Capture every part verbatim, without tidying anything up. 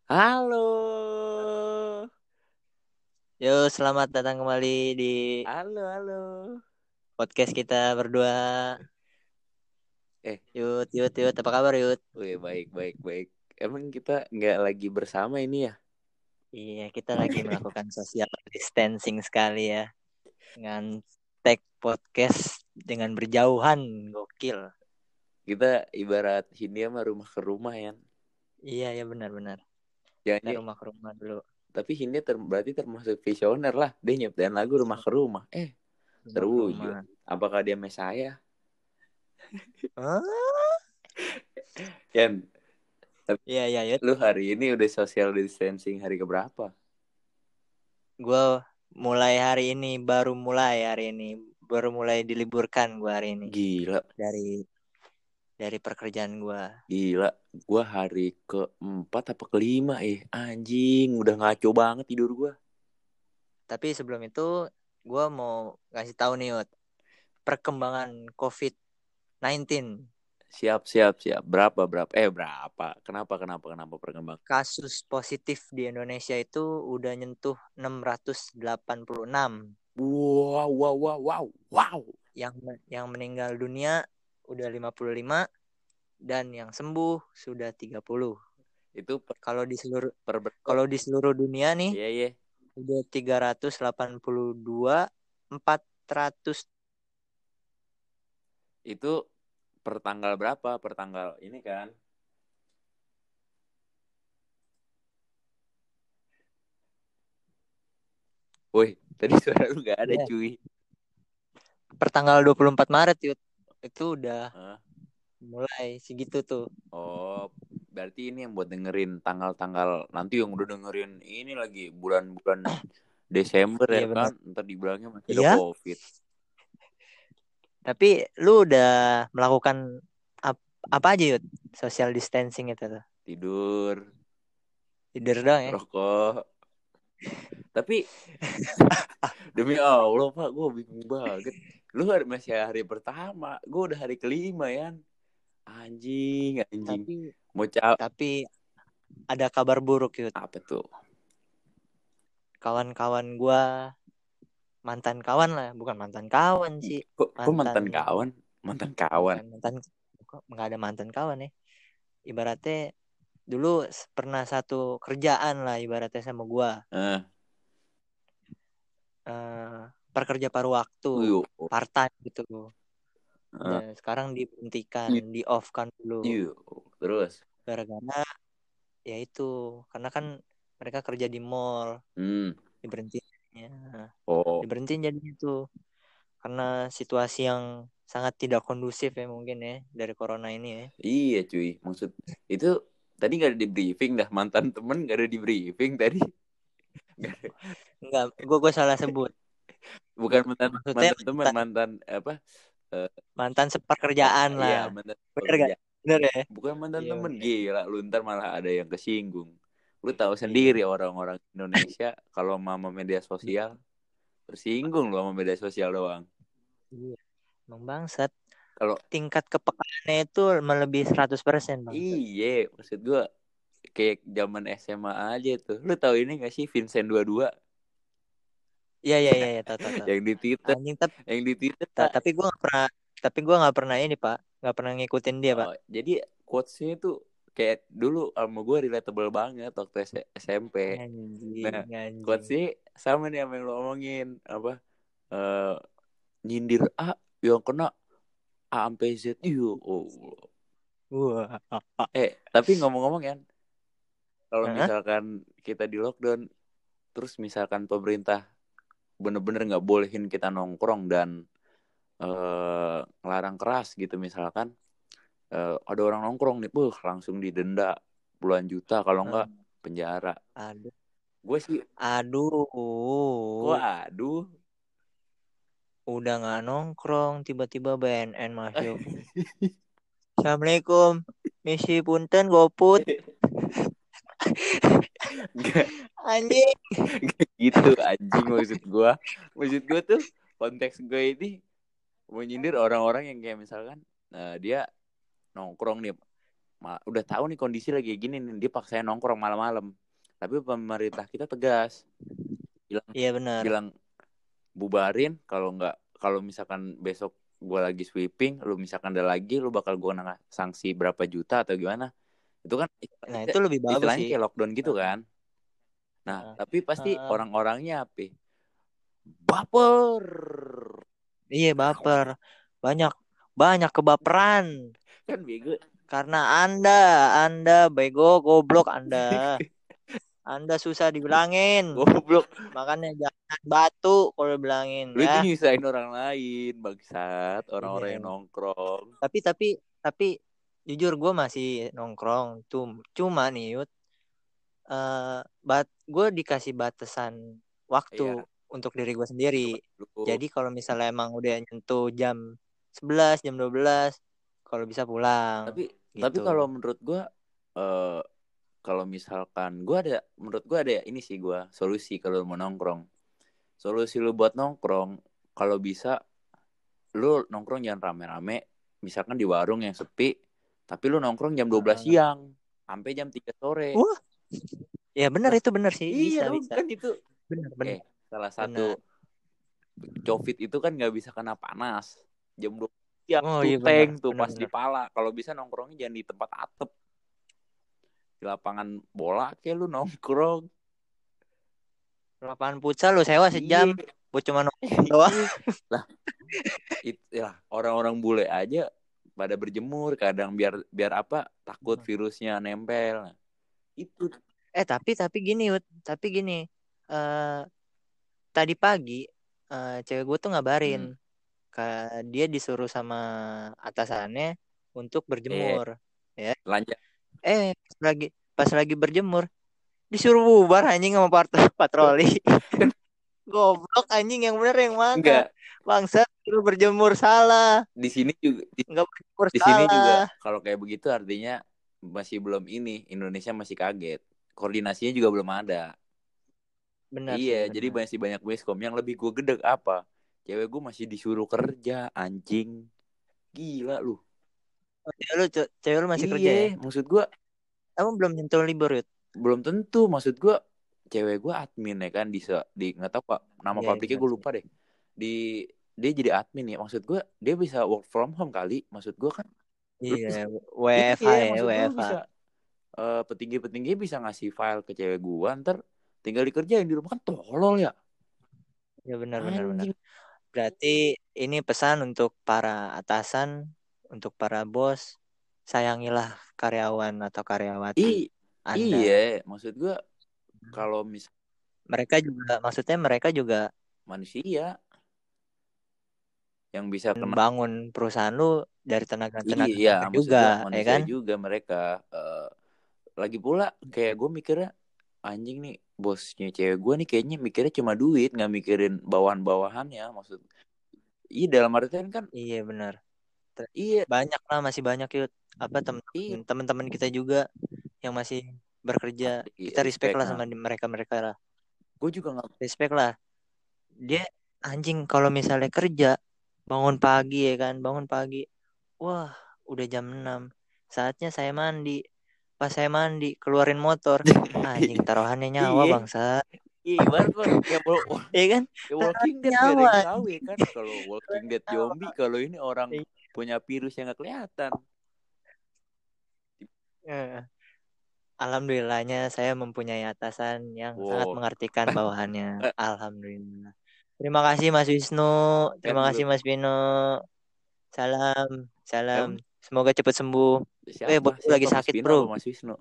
Halo. Yo, selamat datang kembali di Halo, halo. podcast kita berdua. Eh, Yud, Yud, Yud, apa kabar Yud? wih, baik, baik, baik. Emang kita nggak lagi bersama ini ya? Iya, kita lagi melakukan social distancing sekali ya. Dengan tag podcast dengan berjauhan, gokil. Kita ibarat Hindia mah rumah ke rumah ya. Iya, ya benar-benar. Kita Jangan, rumah ke rumah dulu. tapi Hindia ter, berarti termasuk visioner lah. Dia nyiptain lagu rumah ke rumah. Eh, Rumah ke terwujud. rumah. Apakah dia Mesaya? Hah? Yan, tapi Iya, iya, Yud. lu hari ini udah social distancing hari keberapa? Gue mulai hari ini, baru mulai hari ini. Baru mulai diliburkan gue hari ini. Gila, Dari dari pekerjaan gue. gila. Gua hari keempat apa kelima eh. Anjing, udah ngaco banget tidur gua. Tapi sebelum itu, gue mau ngasih tahu nih, Yud. Perkembangan covid sembilan belas. Siap, siap, siap. Berapa, berapa? Eh, berapa? Kenapa, kenapa, kenapa perkembangan? Kasus positif di Indonesia itu udah nyentuh enam ratus delapan puluh enam. Wow, wow, wow, wow, wow. Yang yang meninggal dunia udah lima puluh lima dan yang sembuh sudah tiga puluh. Itu per, Kalau di seluruh per berapa? kalau di seluruh dunia nih Iya, iya. udah tiga ratus delapan puluh dua empat ratus. Itu per tanggal berapa? Per tanggal ini kan? Woi, tadi suara lu gak ada, Ya, cuy. per tanggal dua puluh empat Maret Yud. Itu udah Hah? mulai segitu tuh. Oh, berarti ini yang buat dengerin tanggal-tanggal nanti yang udah dengerin ini lagi bulan-bulan Desember ya Iya kan? benar. Ntar dibilangnya masih ada Iya, COVID. tapi lu udah melakukan ap- apa aja Yud? Social distancing itu tuh. Tidur, Tidur doang ya. rokok. Tapi demi Allah Pak, gue bingung banget. Lu hari, masih hari pertama, gue udah hari kelima ya. Anjing, anjing. Tapi Mau cap tapi ada kabar buruk Yud. apa tuh? Kawan-kawan gua, mantan kawan lah, bukan mantan kawan sih. Kok, kok Mantan mantan kawan? Mantan kawan. bukan mantan kok nggak ada mantan kawan ya. Ibaratnya dulu pernah satu kerjaan lah ibaratnya sama gua. Eh, Eh, pekerja paruh waktu, uyuh. part time gitu. Eh, Dan sekarang diberhentikan, uyuh. di off kan dulu. Uyuh. Terus, Gara-gara ya itu, karena kan mereka kerja di mall, hmm, diberhentinya. oh, Diberhentiin jadinya tuh karena situasi yang sangat tidak kondusif ya mungkin ya dari corona ini ya. iya cuy. Maksud itu tadi gak ada di briefing dah. Mantan temen gak ada di briefing tadi. Nggak ada. Enggak, gue gue salah sebut. Bukan Buk, mantan maksudnya mantan teman, mantan, mantan apa? Eh, mantan ah, sepekerjaan iya, lah. mantan Bener gak? pekerja. Bener ya? Bukan mantan Iya temen, bener. gila lu ntar malah ada yang kesinggung. Lu tahu Iya. sendiri orang-orang Indonesia kalau mama media sosial tersinggung lu sama media sosial doang. Iya. Emang bangsat. Kalau Tingkat kepekaannya itu melebihi seratus persen bangsat. iye maksud gua kayak zaman S M A aja tuh. Lu tahu ini gak sih Vincent dua puluh dua Iya iya iya ya, tahu tahu tahu. yang di Twitter, Anjing tapi yang di Twitter ta- tapi gue nggak pernah tapi gue nggak pernah ini Pak, nggak pernah ngikutin dia Pak. oh, jadi quotes-nya tuh kayak dulu sama gue relatable banget waktu S M P. Nah, Anjing anjing. quotes-nya sama nih sama yang lo omongin apa eh nyindir A yang kena A sampai Z. Iyo, oh. Wah. Eh, tapi ngomong-ngomong ya, kalau Hah? misalkan kita di lockdown, terus misalkan pemerintah bener-bener nggak bolehin kita nongkrong dan eh, ngelarang keras gitu misalkan, eh, ada orang nongkrong nih, buh, langsung didenda puluhan juta kalau nggak Hmm. penjara. Aduh. Gue sih, kok Aduh. aduh. Udah nggak nongkrong, tiba-tiba B N N masuk. Assalamualaikum. Misi punten GoPut. Gak, Anjing. gak gitu anjing maksud gue. Maksud gue tuh konteks gue ini menyindir orang-orang yang kayak misalkan eh, dia nongkrong nih udah tahu nih kondisi lagi gini nih, dia paksain nongkrong malam-malam. Tapi pemerintah kita tegas, bilang Iya benar. bilang bubarin, kalau nggak, kalau misalkan besok gue lagi sweeping, lu misalkan ada lagi, lu bakal gue kena sanksi berapa juta atau gimana. Itu kan Nah itu lebih bagus istilahnya sih. kayak lockdown gitu kan. Nah Uh, tapi pasti uh, orang-orangnya apa? Baper. iya baper. Banyak banyak kebaperan. Kan bego. Karena Anda, Anda bego, goblok Anda. Anda susah dibilangin. Goblok. Makanya jangan batu kalau dibilangin Lu itu ya. nyusahin orang lain, bangsat. Orang-orang yang Iya. nongkrong. Tapi tapi tapi jujur gue masih nongkrong. Cum, cuma nih Yud, uh, bat gue dikasih batasan waktu Iya. untuk diri gue sendiri. Lu. Jadi kalau misalnya emang udah nyentuh jam sebelas, jam dua belas, kalau bisa pulang. Tapi Gitu. tapi kalau menurut gue, uh, kalau misalkan gue ada, menurut gue ada ini sih gue solusi kalau mau nongkrong. Solusi lu buat nongkrong, kalau bisa lu nongkrong jangan rame-rame. Misalkan di warung yang sepi, tapi lu nongkrong jam dua belas Uh, siang sampai jam tiga sore. Wah, ya benar Lah, itu benar sih, iya bisa dong, bisa. kan itu. Benar benar. Eh, salah Benar. satu COVID itu kan nggak bisa kena panas. Jam dua siang Oh tuh iya benar, tank tuh benar pas di benar. pala. Kalau bisa nongkrongnya jangan di tempat atap. Di lapangan bola kayak lu nongkrong. Lapangan futsal lu sewa sejam, Iya. buat cuma nongkrong doang. Lah, itu ya orang-orang bule aja pada berjemur kadang biar biar apa? Takut virusnya nempel. Nah, itu. Eh tapi tapi gini, Yud. Tapi gini. eh tadi pagi eh cewek gue tuh ngabarin, Hmm. Ka- dia disuruh sama atasannya untuk Eh, berjemur, ya. lanjut. Eh pas lagi pas lagi berjemur disuruh bubar anjing sama pat- patroli. Goblok anjing, yang bener yang mana? Enggak, Bangsa suruh berjemur salah. di sini juga di, Enggak berjemur di sini juga salah. kalau kayak begitu artinya masih belum ini, Indonesia masih kaget. Koordinasinya juga belum ada. Benar Iya, sih, jadi benar. masih banyak miskom. Yang lebih gue gedek apa? Cewek gue masih disuruh kerja, anjing. Gila lu. Oh, cewek lu, ce- cewek lu masih kerja Iya, ya? maksud gue Kamu belum nyentuh libur, Yud? belum tentu. Maksud gue cewek gue admin ya kan, di se- di nggak tahu pak nama Iya, iya pabriknya benar gue sih. lupa deh. Di dia jadi admin ya. Maksud gue dia bisa work from home kali. Maksud gue kan lu Iya, bisa, W F H iya, ya, maksud gue lu W F H. bisa, eh, petinggi-petinggi bisa ngasih file ke cewek gue, ntar tinggal dikerjain di rumah. Kan tolol ya, Ya benar benar benar. anjing. Berarti ini pesan untuk para atasan, untuk para bos, sayangilah karyawan atau karyawati I, iya, Anda. maksud gue kalau mis Mereka juga, maksudnya mereka juga manusia yang bisa kena, bangun perusahaan lu dari tenaga-tenaga iya, mereka maksud gue juga, ya manusia kan? juga mereka. Eh, lagi pula kayak gue mikirnya, anjing nih bosnya cewek gue nih kayaknya mikirnya cuma duit, nggak mikirin bawahan-bawahannya. Maksud, iya dalam artian kan, Iya benar. Te- iya, Banyak lah, masih banyak yuk. Apa iya, temen- teman-teman kita juga yang masih bekerja. asli Kita respect respect. lah Nah, sama mereka-mereka lah. gue juga nggak, Respect lah. Dia anjing kalau misalnya kerja bangun pagi ya kan, bangun pagi. Wah, udah jam enam. Saatnya saya mandi. Pas saya mandi, keluarin motor. Anjing taruhannya nyawa iya, bangsa. iya, baru kan kayak wal- Iya kan? kayak Walking Taruhannya Dead gak ada nyawa. yang tahu ya kan. Kalau Walking Dead zombie, kalau ini orang punya virus yang nggak kelihatan. Eh, Alhamdulillahnya saya mempunyai atasan yang sangat Wow, mengartikan bawahannya. kan Alhamdulillah. Terima kasih Mas Wisnu. Terima kasih belum, Mas Bino. Salam, salam. emang Semoga cepat sembuh. Eh, siapa bosku lagi siapa Mas sakit, Vino apa bro. Mas Wisnu?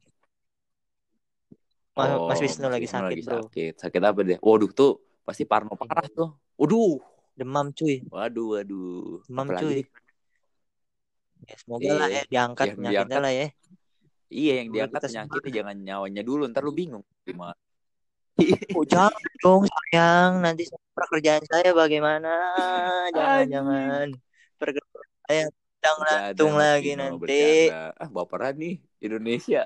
Mas, Mas Oh, Wisnu Mas lagi Wisnu sakit, lagi bro. sakit. Sakit apa deh? Waduh tuh pasti parno parah tuh. Waduh, Demam, cuy. waduh, waduh. Demam, Apalagi cuy. deh? Ya, semoga lah Iya, ya diangkat yang penyakitnya diangkat, lah ya. iya yang Semoga diangkat kita sembuh. penyakitnya, jangan nyawanya dulu. Ntar lu bingung gimana. Oh, jangan dong, sayang. Nanti pekerjaan saya bagaimana? Anjing. Jangan-jangan. Pekerjaan saya sedang Bercanda lantung Mas lagi Vino, nanti. bercanda. Ah, baperan nih Indonesia.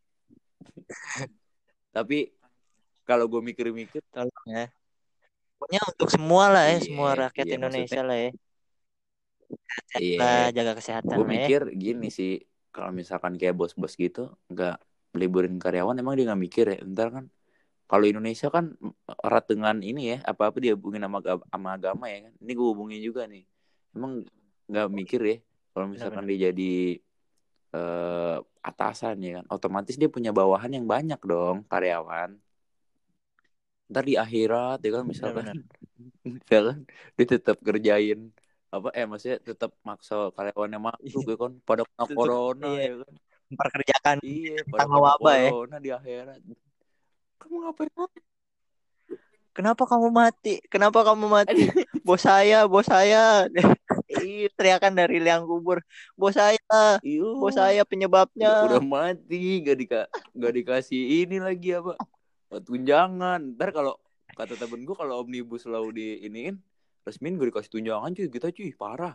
Tapi kalau gue mikir-mikir, Tolong ya. Pokoknya untuk semua lah ya, semua iya, rakyat iya maksudnya, Indonesia lah ya. Sehat iya, lah, jaga kesehatan gue lah ya. mikir gini sih. kalau misalkan kayak bos-bos gitu nggak liburin karyawan, emang dia nggak mikir ya ntar kan. Kalau Indonesia kan erat dengan ini ya, apa-apa dia hubungin sama, sama agama ya kan. Ini gue hubungin juga nih. Emang nggak mikir ya kalau misalkan Benar-benar. dia jadi eh, atasan ya kan, otomatis dia punya bawahan yang banyak dong karyawan. Ntar di akhirat ya kan misalkan, Benar-benar. misalkan dia tetap kerjain apa eh maksudnya tetap maksa karyawannya masuk Iya. ya kan, pada kena Tetap corona iya ya kan. memperkerjakan Iya, di pada tengah kena wabah ya. corona di akhirat. Kamu ngapain? Kenapa kamu mati? Kenapa kamu mati? Bos saya, bos saya. Iya, Teriakan dari liang kubur. Bos saya, iya. bos saya penyebabnya. Udah udah mati, gak dika gak dikasih ini lagi apa? Tunjangan. Ntar kalau kata temen gue kalau omnibus law di iniin resmin gue dikasih tunjangan cuy, kita cuy parah.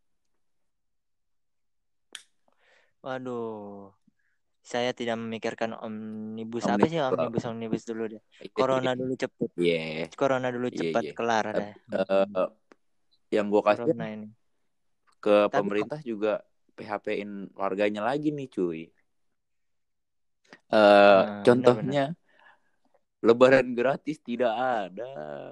Waduh. Saya tidak memikirkan omnibus apa sih Omnibus law. omnibus omnibus dulu deh. Iya, Corona iya. dulu cepet. Iya, Corona dulu iya, cepat iya. kelar Tapi deh. eh, yang gue kasih Corona ini. ke Tapi kok pemerintah juga P H P-in warganya lagi nih cuy. Eh eh, benar-benar. contohnya lebaran gratis tidak ada.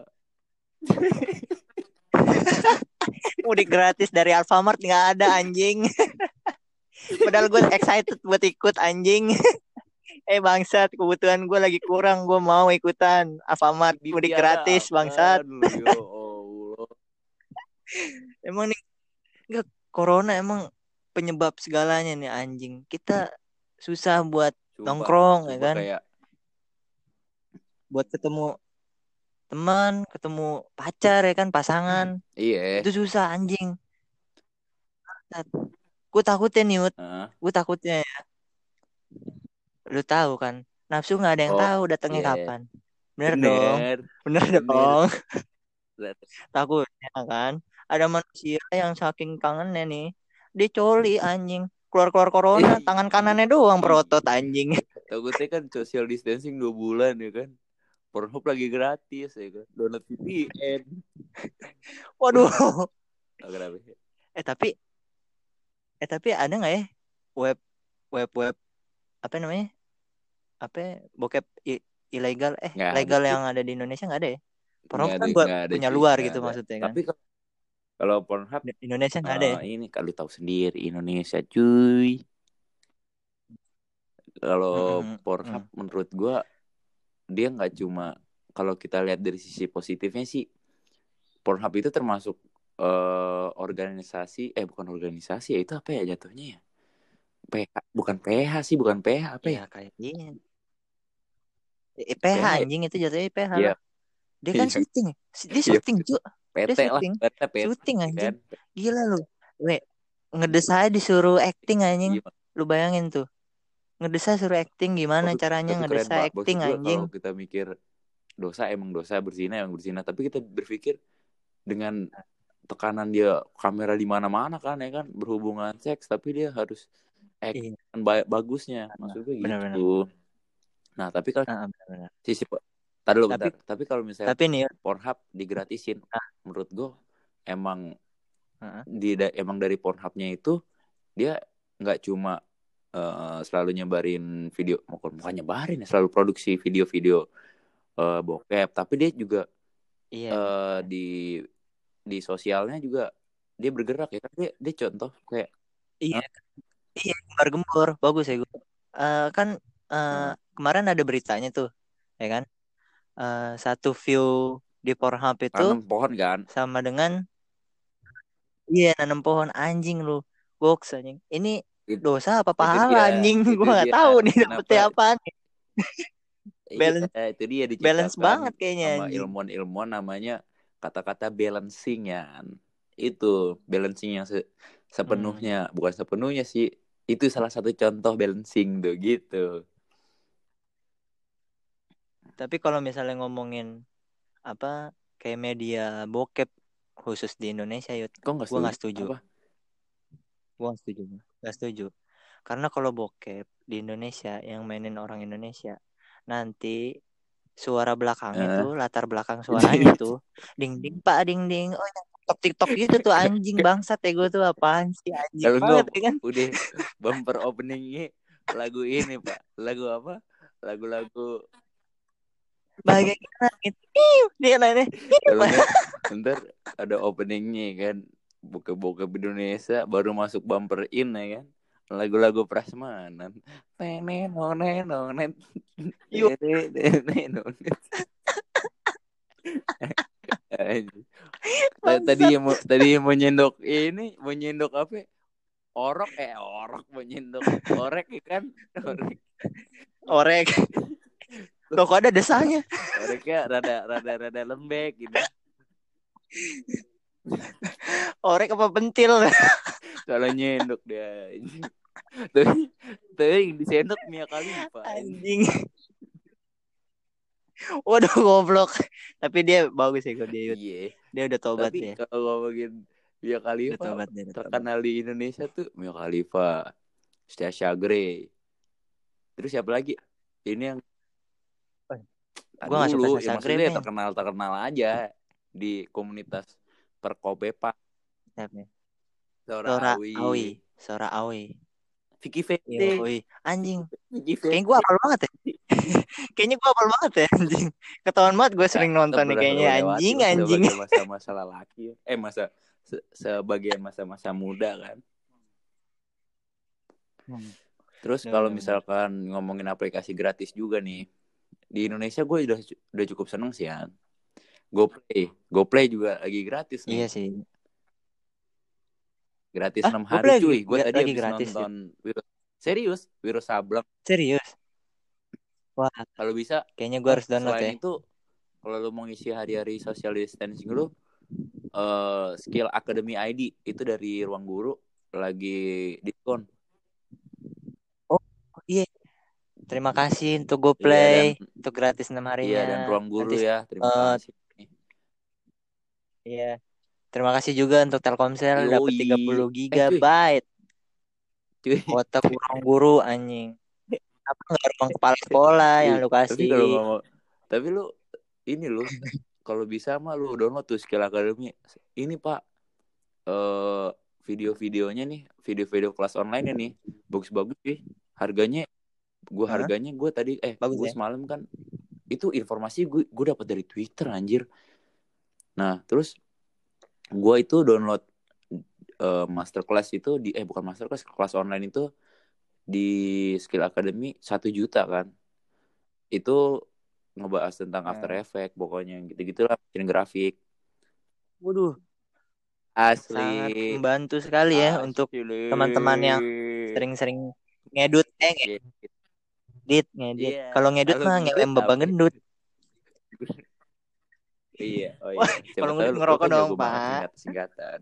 Mudik gratis dari Alfamart nggak ada anjing. Padahal gue excited buat ikut anjing. Eh bangsat, kebutuhan gue lagi kurang, gue mau ikutan Alfamart mudik gratis bangsat. Ditiadakan lu ya Allah. Emang nih nggak corona emang penyebab segalanya nih anjing. Kita susah buat Sumpah, nongkrong ya sumpah kan, kayak buat ketemu teman, ketemu pacar ya kan, pasangan. iya. Itu susah anjing. Gue takutnya nih, Heeh. gue takutnya ya. Lu tahu kan, nafsu nggak ada yang Oh, tahu datangnya iya. kapan. Bener dong, Bener. bener Bener. dong. Takutnya kan ada manusia yang saking kangennya nih, dia coli anjing. Keluar-keluar corona, Eh, tangan kanannya doang ih. berotot anjing. Takutnya kan social distancing dua bulan ya kan. Pornhub lagi gratis ya kan. Download V P N. Waduh. Oh, kenapa? Eh tapi, eh tapi ada nggak ya web web web apa namanya? Apa ya? Bokep i- ilegal eh Nggak ada legal sih. yang ada di Indonesia nggak ada ya? Nggak Pornhub ada, kan buat nggak ada punya cuy. luar Nggak gitu ada. maksudnya kan. Tapi kalau kalau Pornhub Di Indonesia nggak ada eh ya? ini kalau tahu sendiri Indonesia cuy. Kalau Mm-mm, Pornhub mm. menurut gua dia nggak cuma, kalau kita lihat dari sisi positifnya sih, Pornhub itu termasuk eh, organisasi eh bukan organisasi ya, itu apa ya jatuhnya ya, P H bukan P H sih, bukan P H apa Ya ya, kayak ini. Eh, P H P H ya, anjing itu jatuhnya P H iya. lah. Dia kan Iya, syuting. Dia iya, syuting, cu. Dia P T lah, syuting. P T P T Syuting anjing. kan. Gila lu. We, ngedesanya disuruh acting anjing. Iya, Lu bayangin tuh. Ngedesa suruh acting gimana tapi caranya tapi keren ngedesa pak, maksud acting gue anjing. kalau kita mikir dosa emang dosa, berzina emang berzina, tapi kita berpikir dengan tekanan dia kamera di mana-mana kan ya kan, berhubungan seks tapi dia harus Iya, acting ba- bagusnya, maksud gue gitu. benar-benar. Nah tapi kalau Heeh, benar-benar. sisi, tadi dulu Tapi bentar, tapi kalau misalnya tapi nih ya. Pornhub digratisin, Nah, menurut gue emang heeh. di emang dari Pornhubnya itu dia nggak cuma eh, selalu nyebarin video, bukan bukan nyebarin ya, selalu produksi video-video eh, bokep, tapi dia juga Iya, eh, di di sosialnya juga dia bergerak ya kan, dia dia contoh kayak iya, eh, iya, gembar-gembor. Bagus ya gue. Eh, kan eh, eh, kemarin ada beritanya tuh, ya kan? Eh, satu view di Pornhub itu tanam pohon kan. sama dengan iya nanam pohon anjing lu. Goks anjing. Ini It- dosa apa itu pahala dia anjing? itu Gua nggak dia tahu nih kenapa, dapetnya apaan nih. iya Balance itu dia balance diciptakan banget kayaknya sama anjing. ilmuwan-ilmuwan, namanya kata-kata balancing ya kan. Itu balancing yang se- Hmm. sepenuhnya, bukan sepenuhnya sih, itu salah satu contoh balancing tuh gitu. Tapi kalau misalnya ngomongin apa kayak media bokep khusus di Indonesia, yuk, Kok nggak gua setuju nggak setuju. apa? Gua nggak setuju. Nggak setuju. Karena kalau bokep di Indonesia yang mainin orang Indonesia, nanti suara belakangnya tuh Eh, latar belakang suaranya tuh ding ding pak ding ding, oh yang TikTok TikTok gitu tuh anjing bangsat ya gue tuh apaan sih anjing Kalau banget nggak ya kan. udah bumper openingnya lagu ini Pak, lagu apa? Lagu-lagu. Bahagia kita gitu. Iu, dia nanya. Kalau nggak ntar ada openingnya kan, buka-buka Indonesia baru masuk bumper in ya kan, lagu-lagu prasmanan. Neneno neno nen. Yuk, Neneno. Tadi bangsat. yang mau tadi yang mau nyendok ini, mau nyendok apa? Orok eh orok mau nyendok orek ya kan? Orek. Orek. Loh kok ada desanya? Oreknya rada rada rada lembek gini. Orek apa pentil? Kalau nyendok dia. Tuh, tuh yang disendok Mia Khalifa. Anjing. Waduh goblok. Tapi dia bagus ya kalau dia Yud. Iya. Dia udah tobat Tapi ya. kalau ngomongin Mia Udah Khalifa tobat dia. Udah tobat. terkenal di Indonesia tuh Mia Khalifa, Stasha Grey. Terus siapa lagi? Ini yang Gue gak suka dulu, Sasha ya Grey, maksudnya men. terkenal-terkenal aja di komunitas perkopepan. Siapa? Sora Sora Awi, Awi. Sora Awi. Vicky Vete. Yoi. Anjing. Vicky Kayaknya Vete. gue hafal banget ya. Kayaknya gue hafal banget ya anjing. Ketahuan banget gue sering nonton nih kayaknya anjing anjing. Sebagai masa-masa lelaki, eh masa se- sebagian masa-masa muda kan. Hmm. Terus Bener, kalau bener, misalkan ngomongin aplikasi gratis juga nih, di Indonesia gue udah udah cukup seneng sih ya. GoPlay, GoPlay juga lagi gratis nih. Iya sih. Gratis Ah, enam gue hari lagi, cuy. Gue tadi lagi habis gratis ya. nonton Wiro, serius Wiro Sableng. Serius. Wah, Kalau bisa, kayaknya gue oh, harus download selain ya. itu, kalau lu mau ngisi hari-hari social distancing lu, uh, Skill Academy I D itu dari Ruang Guru lagi diskon. Oh, iya. Terima kasih untuk Iya, GoPlay, dan untuk gratis enam iya harinya. dan Ruang Guru Nanti ya, terima uh, kasih. iya. Terima kasih juga untuk Telkomsel dapat tiga puluh Yoi. Eh cuy, gigabyte. cuy. Kotak Ruang Guru anjing. Apa enggak ruang kepala sekolah yang lu Tapi kalau kasih? ngomong, tapi lu ini lu kalau bisa mah lu download tuh Skill Academy. Ini Pak, eh video-videonya nih, video-video kelas online nih, bagus-bagus sih. Harganya, gue Hah? harganya gue tadi, eh Bagus gue ya? semalam kan, itu informasi gue gue dapat dari Twitter anjir. Nah terus gue itu download uh, masterclass itu di, eh bukan masterclass, kelas online itu di Skill Academy satu juta kan. Itu ngebahas tentang After Hmm. Effects pokoknya gitu-gitulah, bikin grafik. Waduh, Asli. sangat membantu sekali ya Asli. untuk teman-teman yang sering-sering ngedut eh ngedit ngedit. Iya, Kalau ngedut kalau mah ngedit ngewem bapak apa? gendut. Iya, oh Wah, iya. Siapa kalau tahu ngedit lu, lu ngerokok kan dong, jago banget Pak. singkat-singkatan.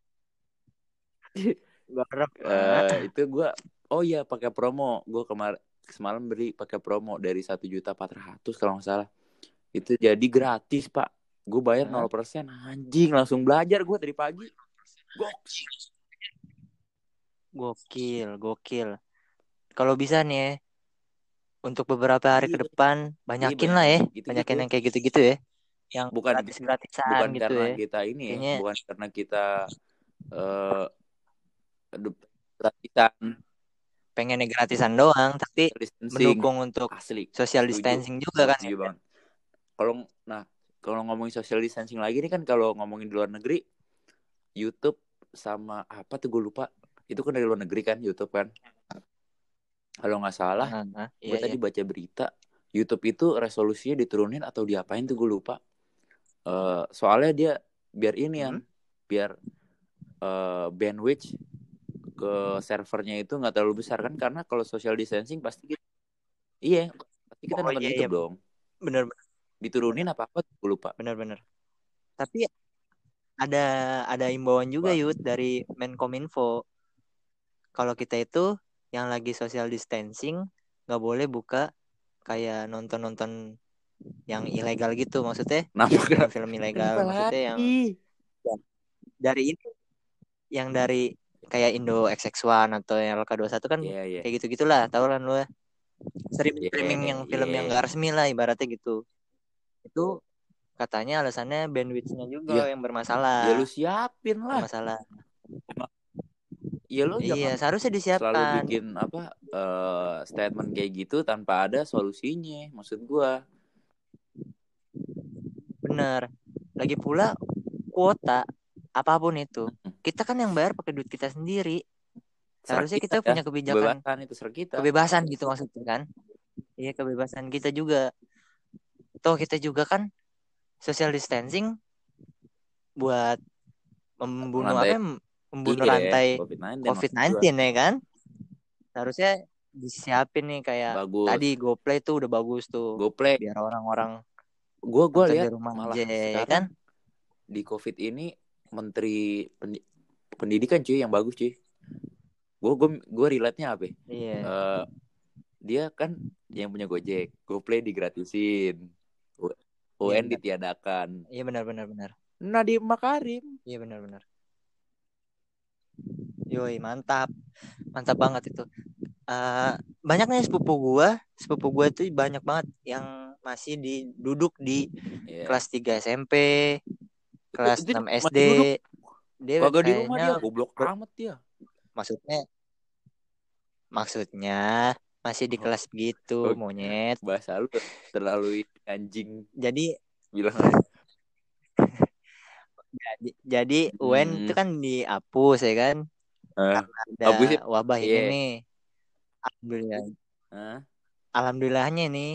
Garap, Pak. Uh, itu gue, oh iya pakai promo. Gue kemarin semalam beli pakai promo dari satu juta empat ratus kalau nggak salah. Itu jadi gratis Pak. Gue bayar nol persen anjing, langsung belajar gue dari pagi. Gokil. Gokil, gokil. Kalau bisa nih ya, untuk beberapa hari ke depan banyakin iya, lah ya, gitu-gitu. banyakin yang kayak gitu-gitu ya, yang bukan gratis-gratisan bukan gitu karena ya. kita ini Kayaknya... bukan karena kita uh, gratisan, pengennya gratisan doang, tapi mendukung untuk asli social setuju. distancing juga kan. Setuju banget. Kalau nah kalau ngomongin social distancing lagi nih kan, kalau ngomongin di luar negeri, YouTube sama apa tuh gue lupa, itu kan dari luar negeri kan YouTube kan. Kalau nggak salah, Nah, nah, gue iya, tadi iya. baca berita YouTube itu resolusinya diturunin atau diapain tuh gue lupa. Uh, soalnya dia biar ini ya, hmm? biar uh, bandwidth ke servernya itu nggak terlalu besar kan, karena kalau social distancing pasti kita, iya pasti kita oh, nonton iya, YouTube iya. dong. Bener-bener. Diturunin apa apa gue lupa. Bener-bener. Tapi ada ada imbauan juga apa? Yud dari Menkominfo. Kalau kita itu yang lagi social distancing nggak boleh buka kayak nonton-nonton yang ilegal gitu, maksudnya film-film ilegal, maksudnya yang dari ini, yang dari kayak Indo X X one atau yang L K dua puluh satu kan, yeah, yeah. kayak gitu-gitulah, tau kan lu streaming streaming yeah, yang film yeah. yang nggak resmi lah ibaratnya gitu. Itu katanya alasannya bandwidth-nya juga Ya, yang ya bermasalah. lu siapin lah. Bermasalah. Ya lu Iya, jangan seharusnya selalu disiapkan. bikin apa uh, statement kayak gitu tanpa ada solusinya. Maksud gua. Bener. Lagi pula kuota apapun itu, kita kan yang bayar pakai duit kita sendiri. Serah Seharusnya kita kita ya, punya kebijakan, kebebasan itu serah kita. kebebasan gitu maksudnya kan. Iya, kebebasan kita juga. Toh kita juga kan social distancing buat membunuh Rantai, apa ya, membunuh iya, rantai covid sembilan belas covid maksud sembilan gua. belas ya kan. Seharusnya disiapin nih kayak tadi Bagus. GoPlay tuh udah bagus tuh. GoPlay. Biar orang-orang Gua gua nonton di lihat rumah malah aja ya kan. sekarang di Covid ini Menteri Pendi- Pendidikan cuy yang bagus cuy. Gue gue gue relate-nya apa? Iya. Uh, dia kan yang punya Gojek, GoPlay digratisin, U Iya N benar. ditiadakan. Iya benar benar benar. Nadiem Makarim. Iya benar benar. Yoi, mantap. Mantap banget itu. Uh, banyak nih sepupu gua, sepupu gua tuh banyak banget yang masih di duduk di Yeah. kelas tiga S M P, kelas itu, itu enam S D. Duduk. Dia kagak di rumah kayaknya dia, goblok ber- amat dia. maksudnya maksudnya masih di kelas begitu, Oh, monyet. bahasa lu terlalu anjing. Jadi bilang aja. jadi, jadi U N Hmm. itu kan dihapus ya kan? Uh, Karena ada hapusin. wabah Yeah. ini nih. Alhamdulillah. Uh. Alhamdulillahnya nih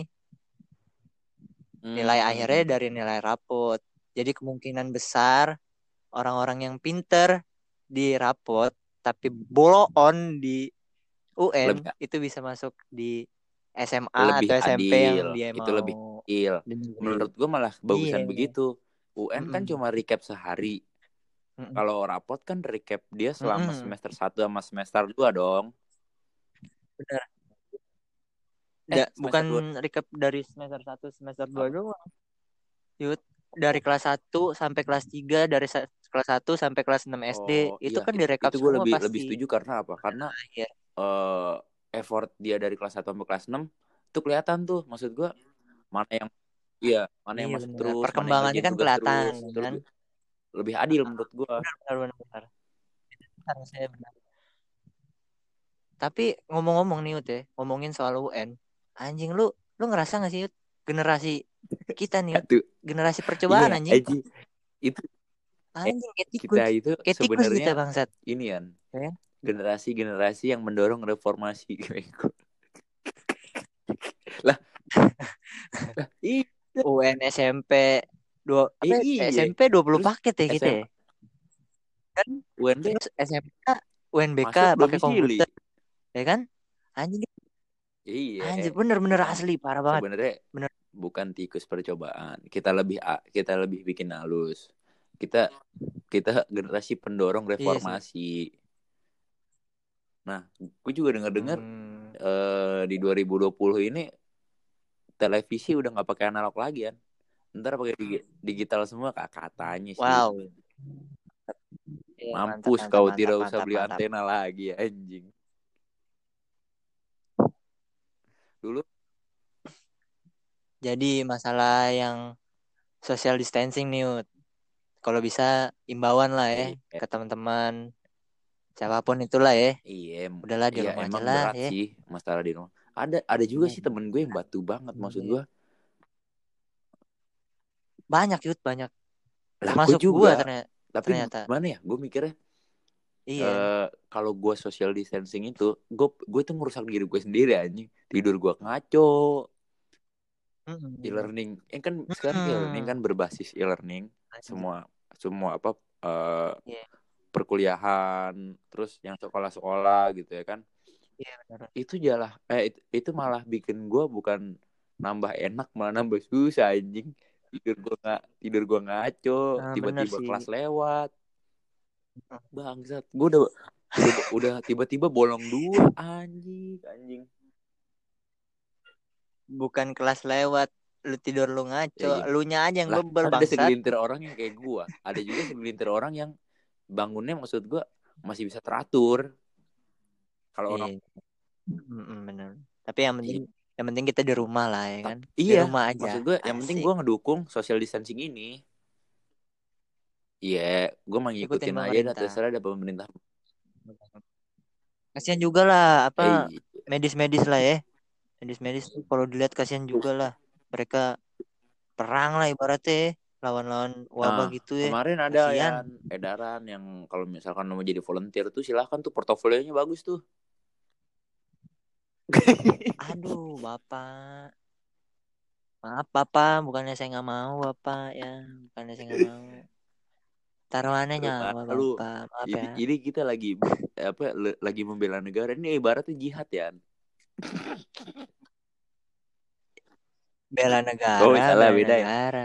nilai Hmm. akhirnya dari nilai rapot. Jadi kemungkinan besar orang-orang yang pinter di rapot tapi bolon di U N Lebih, itu bisa masuk di S M A lebih atau S M P adil. yang dia Itu mau lebih adil. Menurut gue malah bagusan iya. begitu. U N Mm-mm. kan cuma recap sehari. Mm-mm. Kalau rapot kan recap dia selama Mm-mm. semester satu sama semester dua dong. Benar. Eh, Da, bukan dua. recap dari semester satu semester dua doang. Yud, dari kelas satu sampai kelas tiga, dari sa- kelas satu sampai kelas enam S D, Oh itu iya, kan it, direkap itu gue semua lebih pasti. lebih setuju karena apa? Karena Iya. uh, effort dia dari kelas satu sampai kelas enam itu kelihatan tuh. Maksud gue mana yang iya, mana Iya yang masuk benar. terus, mana yang Perkembangannya ngerjain kan tugas kelihatan, terus. Itu kan? lebih, lebih adil menurut gue. Benar benar benar. benar. Harusnya benar. Tapi ngomong-ngomong nih Yud ya, ngomongin soal U N, anjing lu, lu ngerasa nggak sih Yud, generasi kita nih Yud, Tuh. generasi percobaan Iya, anjing. Aji. Itu Anjing kayak tikus. kita itu Kayak tikus sebenarnya kita bangsat. ini kan Ya? generasi-generasi yang mendorong reformasi. lah, lah iya. U N S M P dua apa Eh, iya. S M P dua puluh Terus paket ya gitu S M ya. Kan U N B terus S M K U N B K masuk pakai domisili. komputer. Ya kan? Anjing. Iya. Anjir bener-bener Cuman asli parah banget. sebenarnya Bener. bukan tikus percobaan. Kita lebih kita lebih bikin halus. Kita kita generasi pendorong reformasi. Iya, nah, gue juga dengar-dengar hmm. uh, di dua ribu dua puluh ini televisi udah nggak pakai analog lagi kan. Ntar pakai digital semua katanya sih. Wow. Ya, Mampus mantap, kau mantap, tidak mantap, usah beli mantap. antena lagi anjing. Dulu. Jadi masalah yang social distancing nih, kalau bisa imbauan lah ya e, ke teman-teman siapapun itulah ya. Iya, udahlah di iya, rumah emang aja lah berat ya. sih masalah di rumah. Ada ada juga iya. sih temen gue yang batu banget iya. Maksud gue. Banyak Yud, banyak. Lah, termasuk gue juga. Gua ternyata. Tapi ternyata. gimana ya? Gue mikirnya. Iya. Uh, kalau gue social distancing itu, gue gue tuh ngerusak diri gue sendiri anjing. Tidur gue ngaco. Mm-hmm. E-learning, yang kan mm-hmm. sekarang e-learning kan berbasis e-learning. Anjing. Semua semua apa uh, yeah. perkuliahan, terus yang sekolah-sekolah gitu ya kan. Iya benar. Itu jalah eh itu, itu malah bikin gue bukan nambah enak, malah nambah susah anjing. Tidur gue nggak tidur gue ngaco, nah, tiba-tiba kelas lewat. Bangsat, gue udah udah udah tiba-tiba bolong dua anjing, anjing. Bukan kelas lewat, lu tidur lu ngaco, ya, lu nya aja yang lah, bebel ada bangsat. segelintir orang yang kayak gue, ada juga segelintir orang yang bangunnya maksud gue masih bisa teratur. Kalau orang iya. benar. Tapi yang penting Yang penting kita di rumah lah ya kan. Tapi, di iya, rumah aja. maksud gue yang penting Asik. gue ngedukung social distancing ini. Iya, yeah, gue mau Ikutin ngikutin aja dah, pemerintah. terserah ada pemerintah. Kasihan juga lah apa Eh, medis-medis lah ya. Medis-medis tuh kalau dilihat kasihan juga lah. Mereka perang lah ibaratnya ya, lawan-lawan wabah Nah, gitu ya. kemarin ada Kasihan. yang edaran yang kalau misalkan mau jadi volunteer tuh silahkan tuh, portofolionya bagus tuh. Aduh, Bapak. Maaf, Bapak. Bukannya saya nggak mau, Bapak ya. Bukannya saya nggak mau. Taruhannya Nah, nyawa, lu Bapak. Maaf ini, ya. ini kita lagi apa le- lagi membela negara, ini ibaratnya jihad ya. Bela Oh, negara, salah, bela beda ya. negara.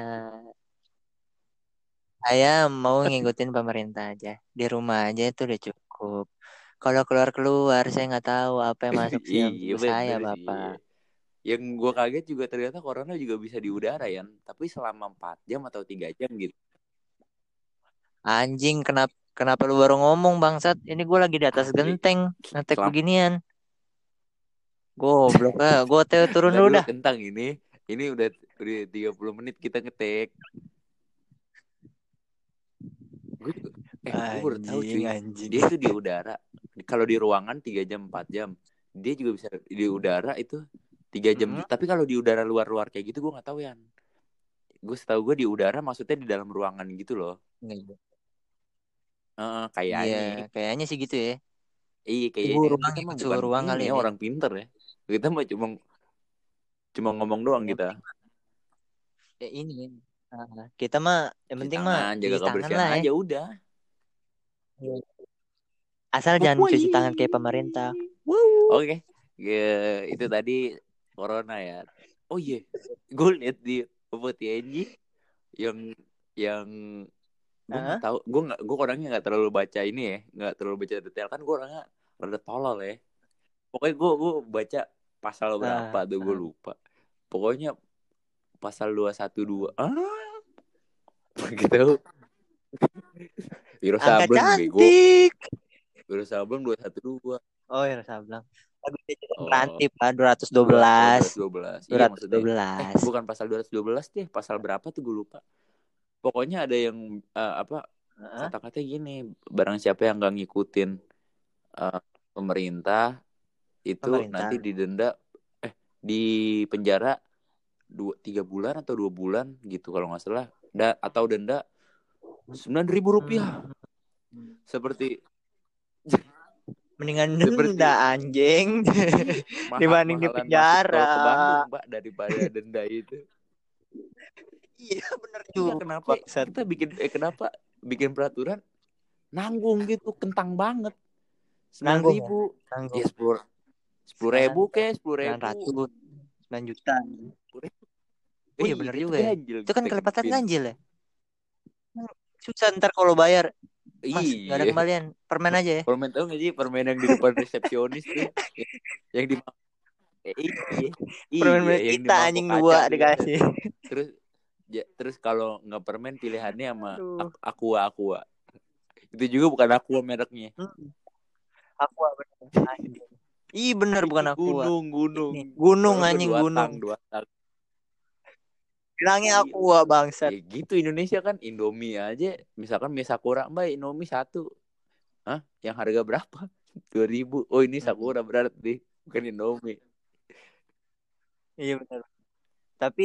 Saya mau ngikutin pemerintah aja. Di rumah aja itu udah cukup. Kalau keluar-keluar, saya nggak tahu apa yang masuk ke dalam Iya tubuh saya, bener sih. Bapak. Yang gue kaget juga ternyata corona juga bisa di udara ya, tapi selama empat jam atau tiga jam gitu. Anjing, kenapa kenapa lu baru ngomong, bangsat? Ini gue lagi di atas Asli. genteng, ngetek Selama beginian. Goblok ah, gue teo turun Nggak dulu dulu dah. kentang ini. Ini udah udah tiga puluh menit kita ngetek. Gue juga, eh gue baru tahu Anjing, cuy. anjing. Dia itu di udara. Kalau di ruangan tiga jam empat jam. Dia juga bisa di udara itu tiga jam. Mm-mm. Tapi kalau di udara luar-luar kayak gitu gue nggak tahu ya. Gue setahu gue di udara maksudnya di dalam ruangan gitu loh. Nggak. Heeh, Iya, kayaknya. kayaknya sih gitu ya. Iya Suhu kayaknya kan ruang kita mah ikut suhu bukan ruang ini kali ya ini. orang pinter ya. Kita mah cuma cuma ngomong doang Yang kita. penting ya ini. Ah, kita mah yang Cuci penting mah tangan, jaga cuci tangan kebersihan lah ya. aja udah. Iya. Asal jangan Woi. cuci tangan kayak pemerintah. Oke. Okay. Ya, itu tadi corona ya. Oh iya, yeah. Gue liat di apa T N G yang yang gue nggak Heeh. tahu, gue nggak gue orangnya nggak terlalu baca ini ya, nggak terlalu baca detail kan, gue orangnya rada tolol ya. Pokoknya gue gue baca pasal berapa Ah, tuh gue ah. lupa. Pokoknya pasal dua satu dua ah gitu. Wiro Angka Sableng bego. cantik. Wiro Sableng dua satu dua. Oh ya Sablang. Lagu dia Oh, berantip lah dua ratus dua dua oh belas. dua ratus dua belas. dua Iya ratus dua maksudnya. Eh, belas. bukan pasal dua ratus dua belas deh, pasal berapa tuh gue lupa. Pokoknya ada yang uh, apa Heeh. kata-katanya gini, barang siapa yang nggak ngikutin uh, pemerintah itu Pemerintah. nanti didenda, eh di penjara dua tiga bulan atau dua bulan gitu kalau nggak salah, da, atau denda sembilan ribu rupiah. Hmm. Seperti Mendingan seperti denda anjing mahal dibanding di mahalan masuk tol ke penjara. Bandung, Pak, daripada denda itu. Iya bener Iya, juga kenapa bangsat. kita bikin eh kenapa bikin peraturan nanggung gitu, kentang banget. sembilan Nanggung ya. ribu ya, Nanggung. sepuluh sepuluh Sembilan ribu ke sepuluh sembilan ribu ratus sembilan juta. Oh Iya iya, bener itu juga ya. ganjil Itu kan kita kelipatan kepin. ganjil ya. Susah ntar kalau bayar. Mas nggak ada Iya. kembalian. Permen aja ya. Permen tahu nggak sih, permen yang di depan resepsionis tuh, yang, yang di eh, iya Permen iya milik yang di kita mangkok anjing kaca dua tuh biasa dikasih. tuh. Terus ya, terus kalau nggak permen pilihannya sama Aduh. aqua aqua. Itu juga bukan aqua mereknya. Hmm. Aku bener. Anjing. Ih bener bukan Ini aku. gunung gunung. Ini gunung Kalau nggak anjing dua gunung. tang dua tang. Bilangnya Iya. aku bangsat. Ya gitu Indonesia kan, Indomie aja misalkan mie Sakura, mbak Indomie satu, hah yang harga berapa? Dua ribu. Oh ini Hmm. Sakura berarti bukan Indomie. Iya bener. Tapi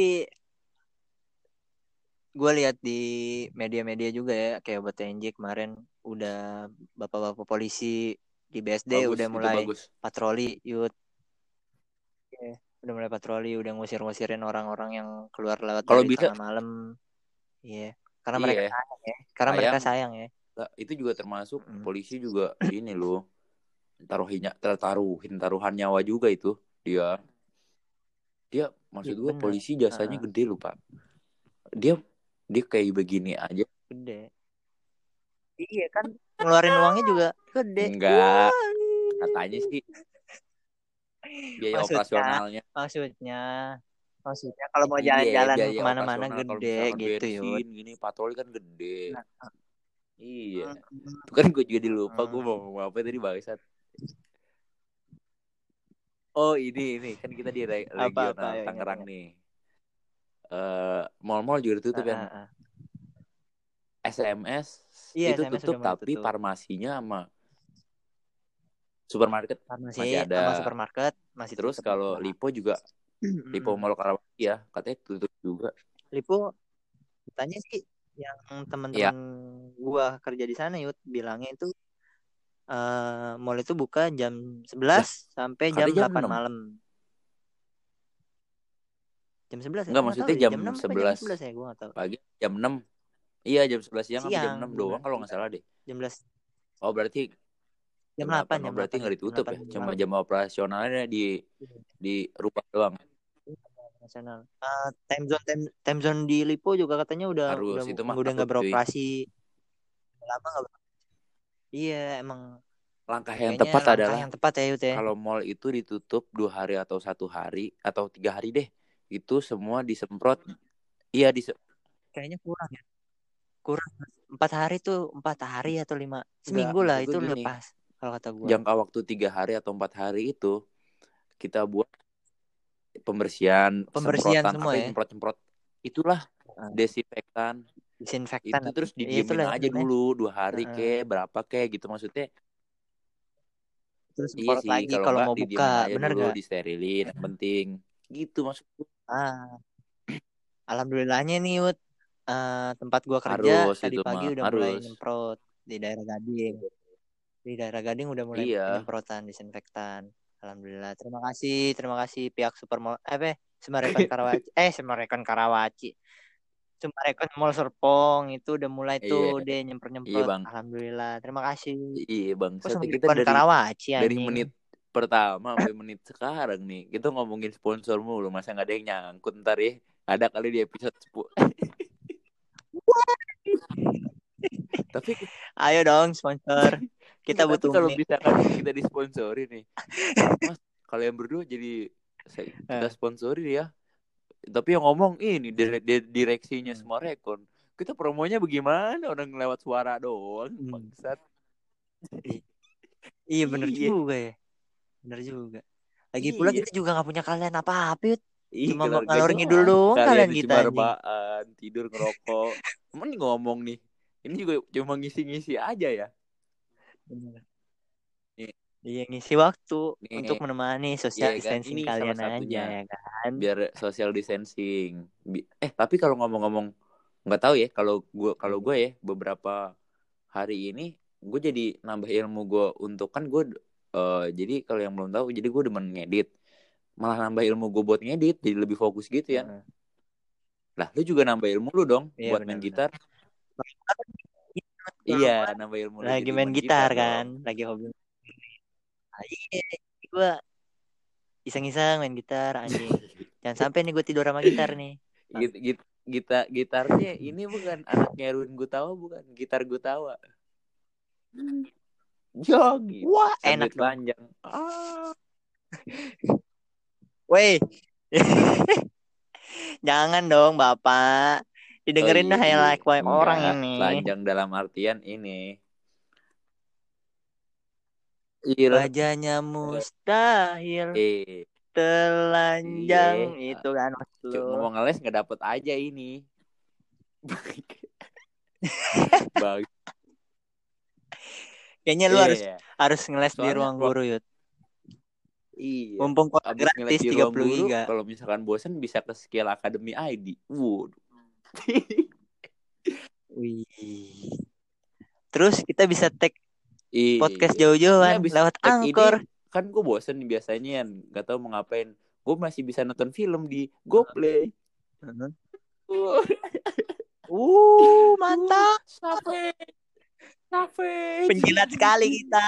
gue lihat di media-media juga ya kayak buat T N J kemarin udah bapak-bapak polisi di B S D Bagus, udah itu mulai bagus. patroli youth. Yeah. Udah mulai patroli, udah ngusir-ngusirin orang-orang yang keluar lewat Kalau dari bisa, tengah malam. Iya, yeah. Karena mereka iya, sayang ya. Karena mereka sayang. sayang ya. Itu juga termasuk Mm. polisi juga ini loh, taruhinnya taruhin taruhan nyawa juga itu dia. Dia maksud Iya gue bener. polisi jasanya Uh-uh. gede loh, Pak. Dia dia kayak begini aja. Gede. Iya kan ngeluarin uangnya juga gede. Enggak, Wah. katanya sih biaya Maksudnya, operasionalnya. maksudnya, maksudnya kalau mau Iya, jalan-jalan biaya kemana-mana operasional kalau gede misalkan gitu yud. bensin gini patroli kan gede. Nah, Iya. mm, Itu kan gue jadi lupa gue mm. mau ngomong apa tadi bangsat. Oh ini ini kan kita di re- Apa-apa regional ya Tangerang ingat-ingat. nih. Eh mall-mall juga Ah, ditutup yang ah, ah. S M S Iya, itu S M S tutup udah mulai tapi tutup. farmasinya sama supermarket Farmasi masih sama ada. supermarket masih Terus tutup kalau buka. Lipo juga Lipo Mall Karawaci ya katanya tutup juga. Lipo tanya sih yang Iya, teman-teman gua kerja di sana Yud bilangnya itu eh mall itu buka jam lah sebelas sampai jam katanya jam delapan enam. malam. Jam sebelas ya? Enggak Gua nggak tahu maksudnya deh. jam Jam enam apa jam sebelas sebelas ya? Gua nggak tahu. pagi, jam enam. Iya, jam sebelas siang sampai jam Siang, enam jam doang kalau nggak iya, salah deh. jam sebelas, Oh, berarti jam jam delapan, delapan. Oh, jam berarti delapan nggak Yud. Jam ditutup delapan ya. Cuma malam. jam operasionalnya di di rubah doang. Nasional. Eh, time zone time, time zone di Lipo juga katanya udah Harus udah itu mah udah harus nggak cuy. beroperasi. Udah lama nggak ber- Iya, emang Langkah yang kayaknya tepat langkah adalah yang tepat ya Yud ya. kalau mall itu ditutup dua hari atau satu hari atau tiga hari deh, itu semua disemprot. Iya, di Kayaknya kurang ya. Kurang. Empat hari tuh empat hari atau lima enggak, seminggu lah maksud itu gue udah gini, pas kalau kata gua. jangka waktu tiga hari atau empat hari itu kita buat pembersihan, Pembersihan semprotan, apa semua yang ya. nyemprot-nyemprot, itulah Nah, desinfektan. disinfektan Itu apa? terus Ya didiemin itulah aja namanya. dulu dua hari Heeh. ke berapa ke gitu maksudnya. Terus Iya semprot sih, lagi kalau kalau enggak mau buka, didiemin aja bener dulu, gak? disterilin yang penting gitu maksudku. Ah, alhamdulillahnya nih Yud, eh, tempat gua kerja Harus tadi itu pagi mah udah mulai harus. nyemprot di daerah Gading. Di daerah Gading udah mulai Iya, penyemprotan disinfektan. Alhamdulillah. Terima kasih, terima kasih pihak Supermall eh apa? Semarekon Karawaci. Eh, Semarekon Karawaci. Sumarekon Mall Serpong itu udah mulai tuh iya, deh iya nyemprot-nyemprot. bang, Alhamdulillah. Terima kasih. iya bang. Kok Satu kita Sumarekon dari Karawaci dari anjing? menit pertama sampai menit sekarang nih kita ngomongin sponsor mulu, masa nggak ada yang nyangkut ntar ya. Ada kali di episode sepuluh. Tapi Ayo dong sponsor. Kita enggak, tapi butuh kalau mic. misalkan kita disponsori nih, Mas, kalian berdua jadi saya- kita Eh, sponsori ya. Tapi yang ngomong ini dire- di- direksinya hmm. semua rekon. Kita promonya bagaimana? Orang lewat suara doang, Hmm. bangsat. I- Iya bener Iya, juga ya. Bener juga. Lagi pula iya. kita juga nggak punya kalian apa-apa. Yud. Ih, Cuma kelar gak ngalor ngidul jelas. doang Kalian kalian itu kita cuma anjing. rebahan, tidur ngerokok. Emang nih ngomong nih. Ini juga cuma ngisi-ngisi aja ya. Bener. Nih, Iya ngisi waktu untuk nih, menemani iya social kan? distancing Ini salah kalian aja satunya. ya kan. Biar social distancing. Bi- Eh, tapi kalau ngomong-ngomong, nggak tahu ya. Kalau gue, kalau gue ya, beberapa hari ini gue jadi nambah ilmu gue untuk kan gue. eh, jadi kalau yang belum tahu, jadi gue demen ngedit. Malah nambah ilmu gue buat ngedit, jadi lebih fokus gitu ya. Heeh. Lah, lu juga nambah ilmu lu dong Iya buat main benar-benar. gitar. Kalau Iya, gua nambah ilmu lu lagi jadi main main gitar gitar kan, dong. lagi hobi. Ah, iya, gue iseng-iseng main gitar anjing. Jangan sampai nih gue tidur sama gitar nih. Bang. Git, git, gitar gitarnya ini bukan anaknya Erwin Gutawa, bukan gitar Gutawa. Jogi Wah, sambil enak dong. telanjang. Ah. Weh, jangan dong Bapak. Oh Didengerin iya dah ya iya. like banyak orang Enggak, ini. telanjang dalam artian ini. Il Wajahnya mustahil, eh telanjang iya. itu kan maksud Cuk, lu. ngomong ngeles nggak dapet aja ini. Bang. Kayaknya lu harus Iya. harus ngeles di Soalnya ruang ruang, guru Yud. iya. Mumpung kota Abis ngeles gratis di tiga ruang puluh guru, giga. kalau misalkan bosan bisa ke Skill Academy I D. Waduh. Wih. Terus kita bisa tag podcast Iya. Ini jauh-jauhan abis lewat tag Anchor. ini kan gue bosen nih biasanya kan, nggak tahu mau ngapain. Gue masih bisa nonton film di GoPlay. Uh, Uh, uh uh, mantap. savage, savage. Penjilat sekali kita.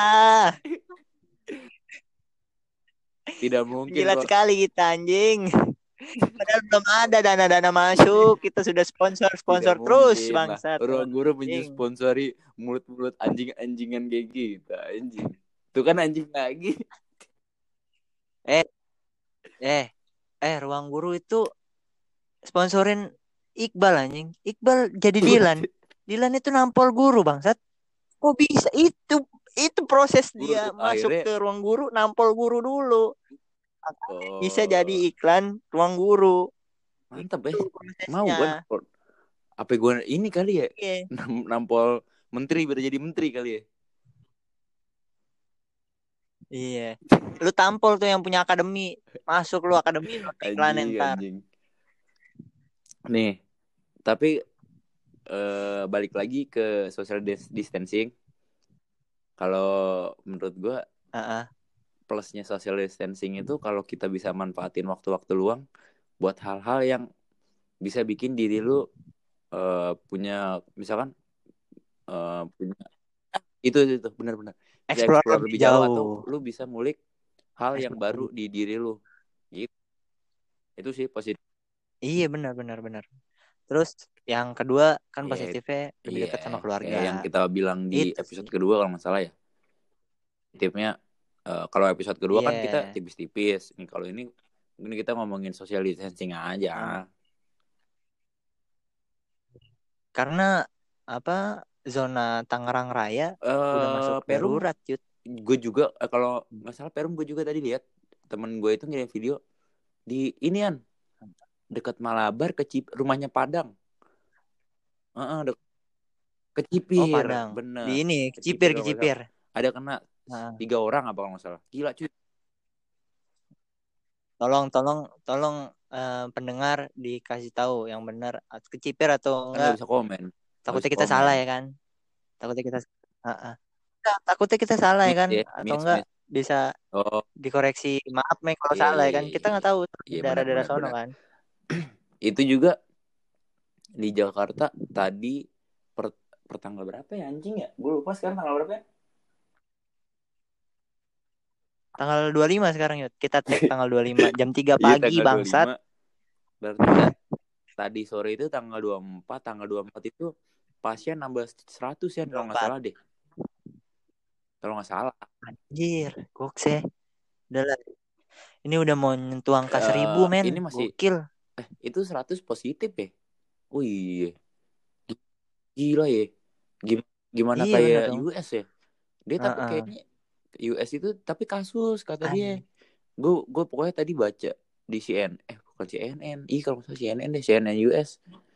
Tidak mungkin Penjilat ruang, sekali kita anjing. Padahal belum ada dana-dana masuk. Kita sudah tidak sponsor-sponsor terus mungkin lah. bangsat. Ruang guru Anjing. mensponsori mulut-mulut anjing-anjingan kayak gitu, anjing. Itu kan anjing lagi. Eh, eh, eh, ruang guru itu sponsorin Iqbal anjing. Iqbal jadi Dilan. Dilan itu nampol guru bangsat. Kok bisa itu? Itu proses Guru dia masuk akhirnya ke ruang guru, nampol guru dulu. Bisa jadi Oh, iklan ruang guru. mantep ya. Itu Mau prosesnya. kan? Apa gue ini kali ya? Iya. Nam- Nampol menteri biar jadi menteri kali ya? Iya. Lu tampol tuh yang punya akademi. Masuk lu akademi lu iklan Anjing, ntar. anjing. Nih, tapi eh, balik lagi ke social dis- distancing. Kalau menurut gue Heeh. plusnya social distancing itu kalau kita bisa manfaatin waktu-waktu luang buat hal-hal yang bisa bikin diri lu eh, punya misalkan eh, punya itu itu, itu benar-benar bisa Explore explore lebih lebih jauh atau jauh. lu bisa ngulik hal yang Explore baru lebih. di diri lu gitu. Itu sih positif. Iya benar benar benar. Terus yang kedua kan Ya, positifnya lebih iya, dekat sama keluarga. kayak yang kita bilang di Itu sih. episode kedua kalau nggak salah ya. Tipnya eh, kalau episode kedua Iya. kan kita tipis-tipis. Nih kalau ini ini kita ngomongin social distancing aja. Ah, karena apa zona Tangerang Raya udah Eh masuk Perum, darurat, Yud. gue juga eh, kalau nggak salah Perum gue juga tadi lihat temen gue itu ngirim video di inian dekat Malabar ke Cip, rumahnya Padang. Heeh, dek- Oh, Kecipir, Padang. Di bener. ini, Kecipir Kecipir, kalau nggak salah. Kecipir. Ada kena Nah, tiga orang apa kalau nggak salah. Gila cuy. tolong, tolong, tolong eh, pendengar dikasih tahu yang benar Kecipir atau Kan enggak. nggak bisa komen. Nggak Takutnya bisa kita salah komen. ya kan. Takutnya kita Heeh. Enggak, takutnya kita salah ya Miss kan ya, atau miss, enggak miss. bisa Oh, dikoreksi. Maaf Mek kalau iya, salah iya, ya kan. iya, Kita iya. nggak tahu tuh di Iya, benar, daerah-daerah benar, sono benar. kan. Itu juga di Jakarta tadi per, per tanggal berapa ya anjing ya? Gue lupa sekarang tanggal berapa ya? Tanggal dua puluh lima sekarang Yud. Kita tag tanggal dua puluh lima jam tiga Iya, pagi tanggal dua puluh bangsat. lima Berarti ta- tadi sore itu tanggal dua puluh empat tanggal dua puluh empat itu pasien nambah seratus ya kalau nggak dua puluh empat. salah deh. Kalau nggak salah. Anjir, goks ya. Udah lah. Ini udah mau nyentuh angka seribu Eh men. ini masih Gokil. eh itu seratus positif ya? Oh iya, gila ya. Gim- Gimana Iya bener kayak dong. U S ya? Dia tapi Heeh. kayaknya U S itu tapi kasus kata dia. Anjing. Gue gue pokoknya tadi baca di C N N eh bukan C N N. Ih kalau nggak salah C N N deh, C N N U S.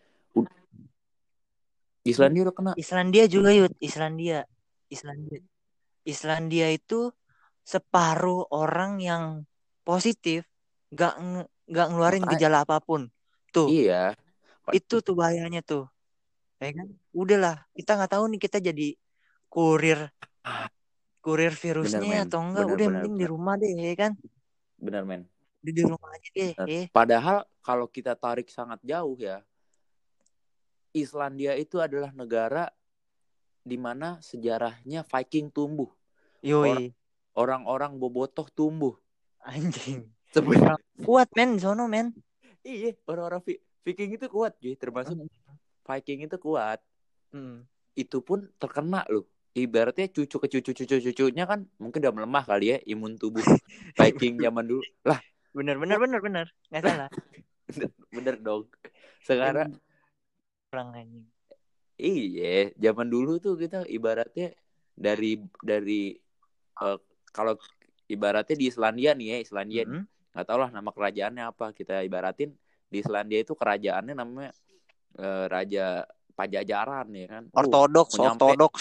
Islandia udah kena. Islandia juga Yud. Islandia. Islandia. Islandia itu separuh orang yang positif nggak nge- nggak ngeluarin Makanya gejala apapun. Tuh, iya. itu tuh bahayanya tuh. Ya kan? Udahlah, kita nggak tahu nih kita jadi kurir kurir Bener virusnya men, atau enggak. bener Udah yang bener penting di bener rumah deh, ya kan? bener men. Di, di rumah aja deh, Bener. eh. Padahal kalau kita tarik sangat jauh ya, Islandia itu adalah negara di mana sejarahnya Viking tumbuh. Orang Yoi, orang-orang bobotoh tumbuh. anjing. Sebenarnya Kuat men, sono men. iya orang-orang Vi- Viking itu kuat jadi termasuk Viking itu kuat. Hmm. Itu pun terkena loh. Ibaratnya cucu ke cucu cucu cucunya kan mungkin udah melemah kali ya imun tubuh Viking zaman dulu. Lah, Bener, bener, kok bener, bener. Nggak salah. bener, bener dong. Sekarang Imun orang anjing. iya, zaman dulu tuh kita ibaratnya dari dari eh, kalau ibaratnya di Islandia nih ya, Islandia nih. Mm-mm. Nggak tahu lah nama kerajaannya apa. Kita ibaratin di Islandia itu kerajaannya namanya eh, Raja Pajajaran ya kan. Uh, Ortodoks, menyampe ortodoks.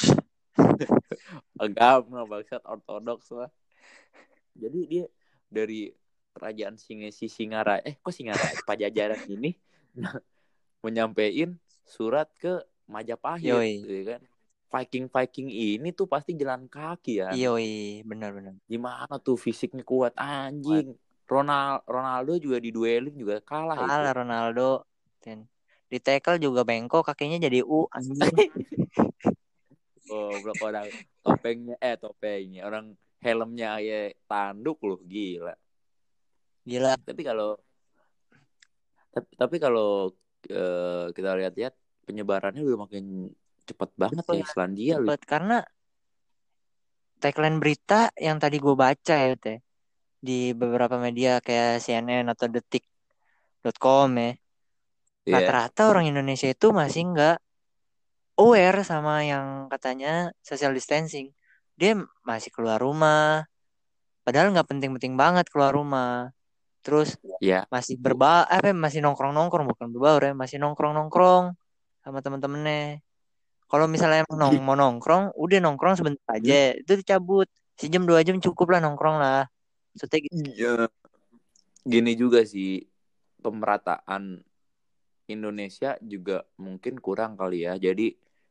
agama bangsat ortodoks lah. Jadi dia dari kerajaan Singa si Singara eh kok Singara Pajajaran ini menyampein surat ke Majapahit Yoi, ya kan. Viking-Viking ini tuh pasti jalan kaki ya. yoi, bener, bener. Gimana tuh fisiknya kuat Kuat. anjing. Ronald Ronaldo juga di duelin juga kalah itu. Kalah Ronaldo. Dan di tackle juga bengkok kakinya jadi U anjing. Oh, blok orang topengnya eh topengnya orang helmnya kayak tanduk loh gila. Gila. Tapi kalau tapi, tapi kalau eh, kita lihat-lihat penyebarannya udah makin cepat banget ya Cepet, Islandia loh. cepet. Karena tagline berita yang tadi gue baca ya teh di beberapa media kayak C N N atau detik dot com ya. Iya. Rata-rata orang Indonesia itu masih nggak aware sama yang katanya social distancing. Dia masih keluar rumah. Padahal nggak penting-penting banget keluar rumah. Terus Ya. masih berba apa masih nongkrong-nongkrong, bukan berbaur ya, masih nongkrong-nongkrong sama temen-temennya. Kalau misalnya emang nong mau nongkrong, udah nongkrong sebentar Hmm? aja, itu dicabut. Sejam dua jam cukup lah nongkrong lah. Maksudnya gitu. Iya. Gini juga sih, pemerataan Indonesia juga mungkin kurang kali ya. Jadi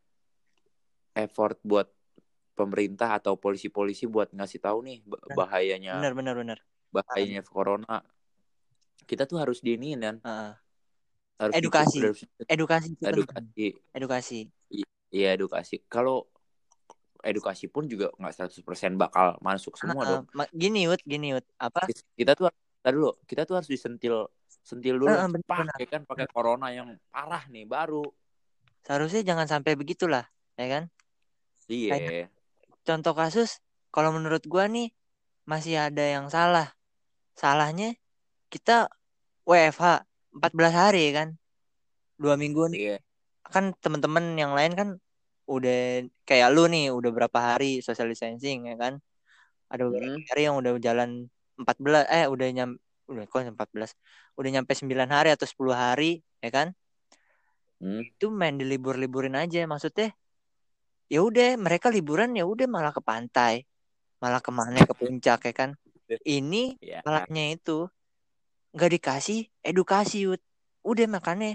effort buat pemerintah atau polisi-polisi buat ngasih tahu nih bahayanya Bener bener bener. bahayanya corona. Kita tuh harus diinin kan, Uh, harus di edukasi, harus edukasi itu penting. edukasi. Edukasi. Iya, edukasi. Kalau edukasi pun juga nggak seratus persen bakal masuk semua Uh, dong. gini Yud, gini Yud, apa? Kita tuh kita dulu, kita tuh harus disentil sentil dulu, Uh, cepak benar-benar. ya kan, pakai corona yang parah nih baru. Seharusnya jangan sampai begitulah, ya kan? Kayak Iya. contoh kasus, kalau menurut gua nih masih ada yang salah. Salahnya kita W F H empat belas hari kan, dua minggu nih. Iya. Kan teman-teman yang lain kan udah kayak lu nih, udah berapa hari social distancing ya kan? Ada beberapa Hmm. hari yang udah jalan empat belas eh udah nyam udah kok empat belas. Udah nyampe sembilan hari atau sepuluh hari ya kan? Hmm. Itu main dilibur-liburin aja maksudnya. Ya udah mereka liburan ya udah malah ke pantai, malah kemana ke puncak ya kan. Ini Ya. salahnya itu nggak dikasih edukasi Yud. Udah makanya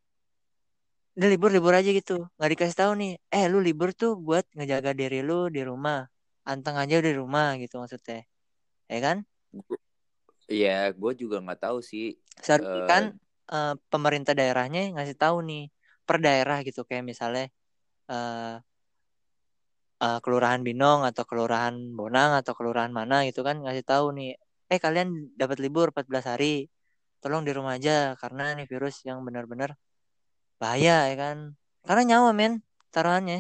udah libur-libur aja gitu, nggak dikasih tahu nih, eh lu libur tuh buat ngejaga diri lu di rumah, anteng aja di rumah gitu maksudnya, ya kan? Iya, gue juga nggak tahu sih. Seharusnya eh kan eh, pemerintah daerahnya ngasih tahu nih per daerah gitu, kayak misalnya eh, eh, kelurahan Binong atau kelurahan Bonang atau kelurahan mana gitu kan ngasih tahu nih, eh kalian dapat libur empat belas hari, tolong di rumah aja karena nih virus yang benar-benar bahaya ya kan, karena nyawa men taruhannya.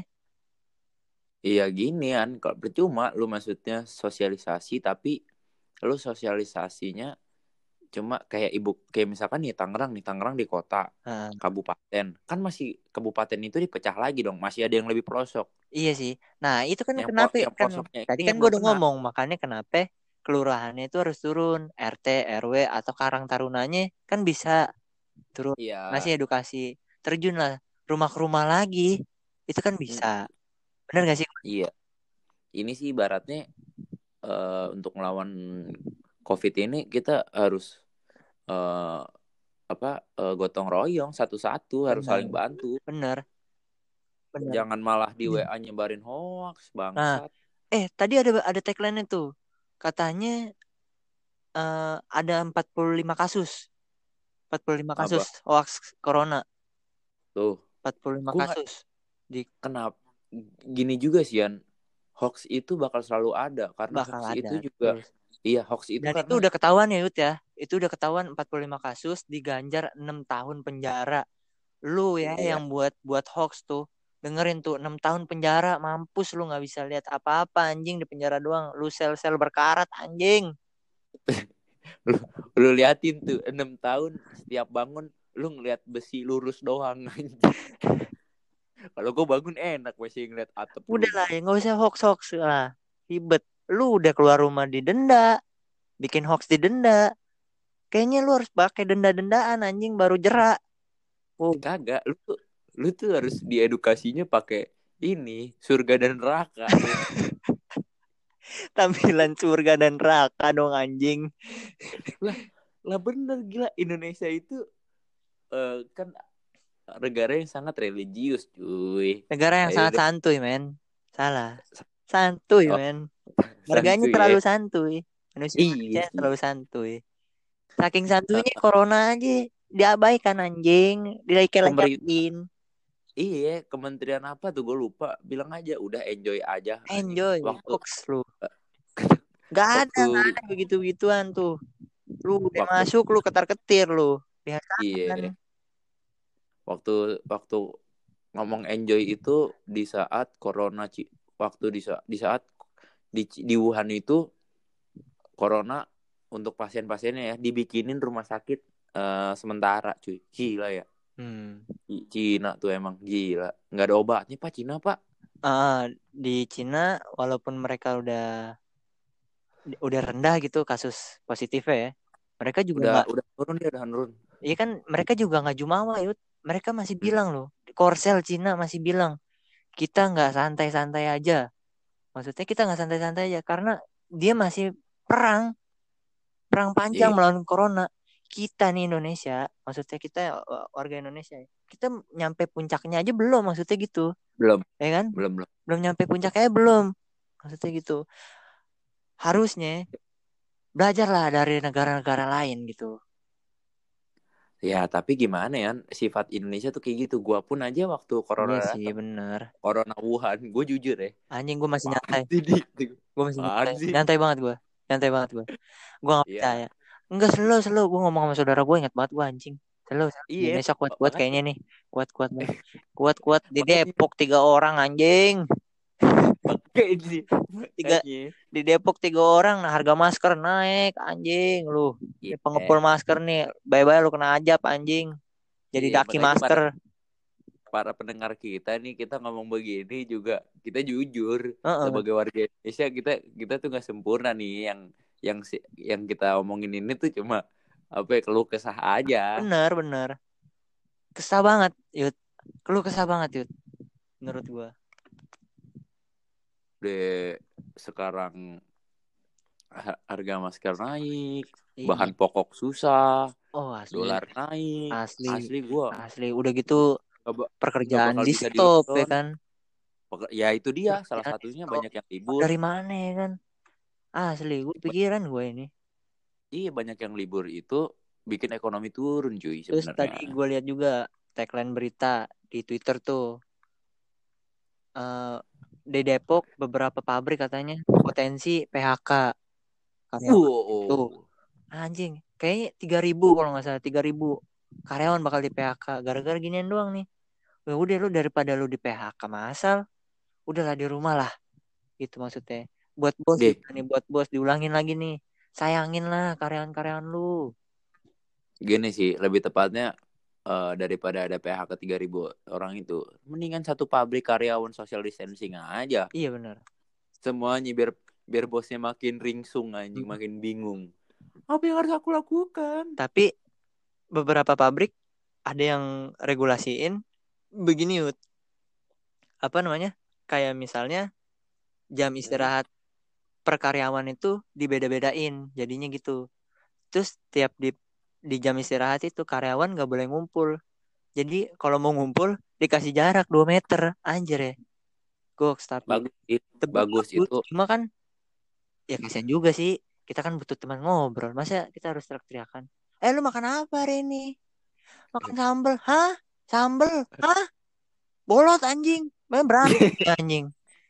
iya gini kan, kalau percuma lu maksudnya sosialisasi, tapi lu sosialisasinya cuma kayak ibu, kayak misalkan nih Tangerang nih Tangerang di kota, Nah, kabupaten kan, masih kabupaten itu dipecah lagi dong, masih ada yang lebih pelosok. iya sih. Nah, itu kan Yang kenapa po- yang kan pelosoknya tadi ini kan yang gue belum udah kena. ngomong makanya kenapa kelurahannya itu harus turun, R T, R W atau Karang Tarunanya kan bisa turun ngasih Iya. edukasi, terjun lah rumah ke rumah lagi. Itu kan bisa. Mm, Bener gak sih? iya, ini sih ibaratnya eh, untuk melawan COVID ini kita harus eh, apa eh, gotong royong, satu-satu harus Benar. saling bantu. Bener. Bener. Jangan malah di W A nyebarin hoax, Nah, bangsat. eh tadi ada ada tagline itu. Katanya eh, ada empat puluh lima kasus. empat puluh lima kasus Apa hoax corona. tuh? empat puluh lima Gue nggak kasus. Di kenapa gini juga sih Yan. Hoax itu bakal selalu ada karena bakal hoax ada itu juga, terus. iya, hoax itu Dan itu karena udah ketahuan ya Yud ya. Itu udah ketahuan empat puluh lima kasus diganjar enam tahun penjara. Lu ya iya. yang buat buat hoax tuh. Dengerin tuh enam tahun penjara, mampus lu nggak bisa lihat apa-apa anjing di penjara doang. Lu sel-sel berkarat anjing. lu, lu liatin tuh enam tahun setiap bangun lu ngeliat besi lurus doang. Kalau gue bangun enak masih ngeliat atap Udah lah rumah. ya nggak usah hoax-hoax lah. Ribet. Lu udah keluar rumah didenda, bikin hoax didenda. Kayaknya lu harus pakai denda-dendaan anjing baru jerak. Oh, Kagak, lu tuh lu tuh harus diedukasinya pakai ini surga dan neraka tuh. tampilan surga dan neraka dong anjing. lah lah bener, gila, Indonesia itu eh, kan negara yang sangat religius cuy. Negara yang Ayo sangat deh. santuy, men. Salah. Santuy, Oh, men. Warganya santuy ya. terlalu santuy. Manusia Iya Indonesia sih. terlalu santuy. Saking santuйnya Eh, corona aja diabaikan anjing, pemerintah, dilek-lekain. iya, kementerian apa tuh gue lupa, bilang aja udah enjoy aja anjing. Enjoy, Waktu hoax lu. Gak ada, waktu gak ada begitu-begituan tuh. Lu udah waktu masuk, lu ketar-ketir lu. Biasakan. iya, waktu waktu ngomong enjoy itu di saat corona, Ci. Waktu di saat di saat di, di Wuhan itu corona, untuk pasien-pasiennya ya dibikinin rumah sakit eh, sementara cuy. Gila ya. Hmm. Cina tuh emang gila. Nggak ada obatnya Pak, Cina Pak. Ah, di Cina walaupun mereka udah udah rendah gitu kasus positifnya ya. Mereka juga Udah nggak, udah turun dia udah turun. iya kan mereka juga nggak jumawa yud. Mereka masih Hmm. bilang loh, Korsel Cina masih bilang kita nggak santai-santai aja. Maksudnya kita nggak santai-santai aja karena dia masih perang, perang panjang Iya, melawan corona. Kita nih Indonesia, maksudnya kita uh, warga Indonesia, kita nyampe puncaknya aja belum, maksudnya gitu, belum ya kan? belum belum. Belum nyampe puncaknya belum, maksudnya gitu. Harusnya belajarlah dari negara-negara lain gitu. Ya, tapi gimana ya? Sifat Indonesia tuh kayak gitu. Gua pun aja waktu corona Iya sih, datang, bener. corona Wuhan, gue jujur ya, Anjing gue masih apaan nyantai, sih di gue masih apaan nyantai, sih? nyantai banget gue, nyantai banget gue. Gue nggak Iya, percaya. Enggak slow slow. Gue ngomong sama saudara gue ingat banget gue anjing. Slow, slow. iya, Indonesia kuat kuat makanya kayaknya nih. Kuat kuat banget. Kuat kuat di makanya Depok tiga orang anjing. makanya sih Tiga makanya di Depok tiga orang. Nah harga masker naik anjing lu. Ini iya pengepul masker nih. Bye bye lu kena ajab anjing. Jadi iya daki makanya para masker. para pendengar kita nih, kita ngomong begini juga kita jujur Heeh. sebagai warga Indonesia, kita kita tuh nggak sempurna nih, yang yang si- yang kita omongin ini tuh cuma apa ya, keluh kesah aja. Bener bener. Kesah banget Yud. Lu kesah banget Yud. Menurut gue. Deh sekarang harga masker naik, Iya. bahan pokok susah, Oh asli. dolar naik, Asli. asli gue Asli. Udah gitu nggak ba- nggak pekerjaan bakal di bisa di stop ya lockdown. kan. Ya itu dia salah Pekerjaan di satunya, stop. banyak yang libur. Dari mana ya kan? Asli, gue pikiran gue ini. Iya, banyak yang libur itu bikin ekonomi turun cuy Terus sebenarnya. tadi gue lihat juga tagline berita di Twitter tuh. eh di Depok beberapa pabrik katanya potensi P H K karyawan itu. Wow. Anjing, kayaknya tiga ribu kalau nggak salah tiga ribu karyawan bakal di P H K gara-gara ginian doang nih. Ya udah lu daripada lu di P H K masal, udahlah di rumah lah. Gitu maksudnya. Buat bos Deh, juga nih, buat bos diulangin lagi nih. Sayangin lah karyawan-karyawan lu. gini sih lebih tepatnya, eh, daripada ada P H K tiga ribu orang itu, mendingan satu pabrik karyawan social distancing aja. Iya benar. Semuanya biar biar bosnya makin ringsung anjing, makin bingung. Apa yang harus aku lakukan? Tapi beberapa pabrik ada yang regulasiin begini Yud. Apa namanya? Kayak misalnya jam istirahat per karyawan itu dibeda-bedain jadinya gitu. Terus tiap di di jam istirahat itu karyawan nggak boleh ngumpul. Jadi kalau mau ngumpul dikasih jarak dua meter. Anjir ya. Goks tapi Bagus itu, tapi bagus bagus. itu. Cuma kan ya kasihan juga sih. Kita kan butuh teman ngobrol. Masa kita harus teriak-teriakan? Eh lu makan apa hari ini? Makan sambel. Hah? Sambel? Hah? Bolot anjing. Main berantem anjing.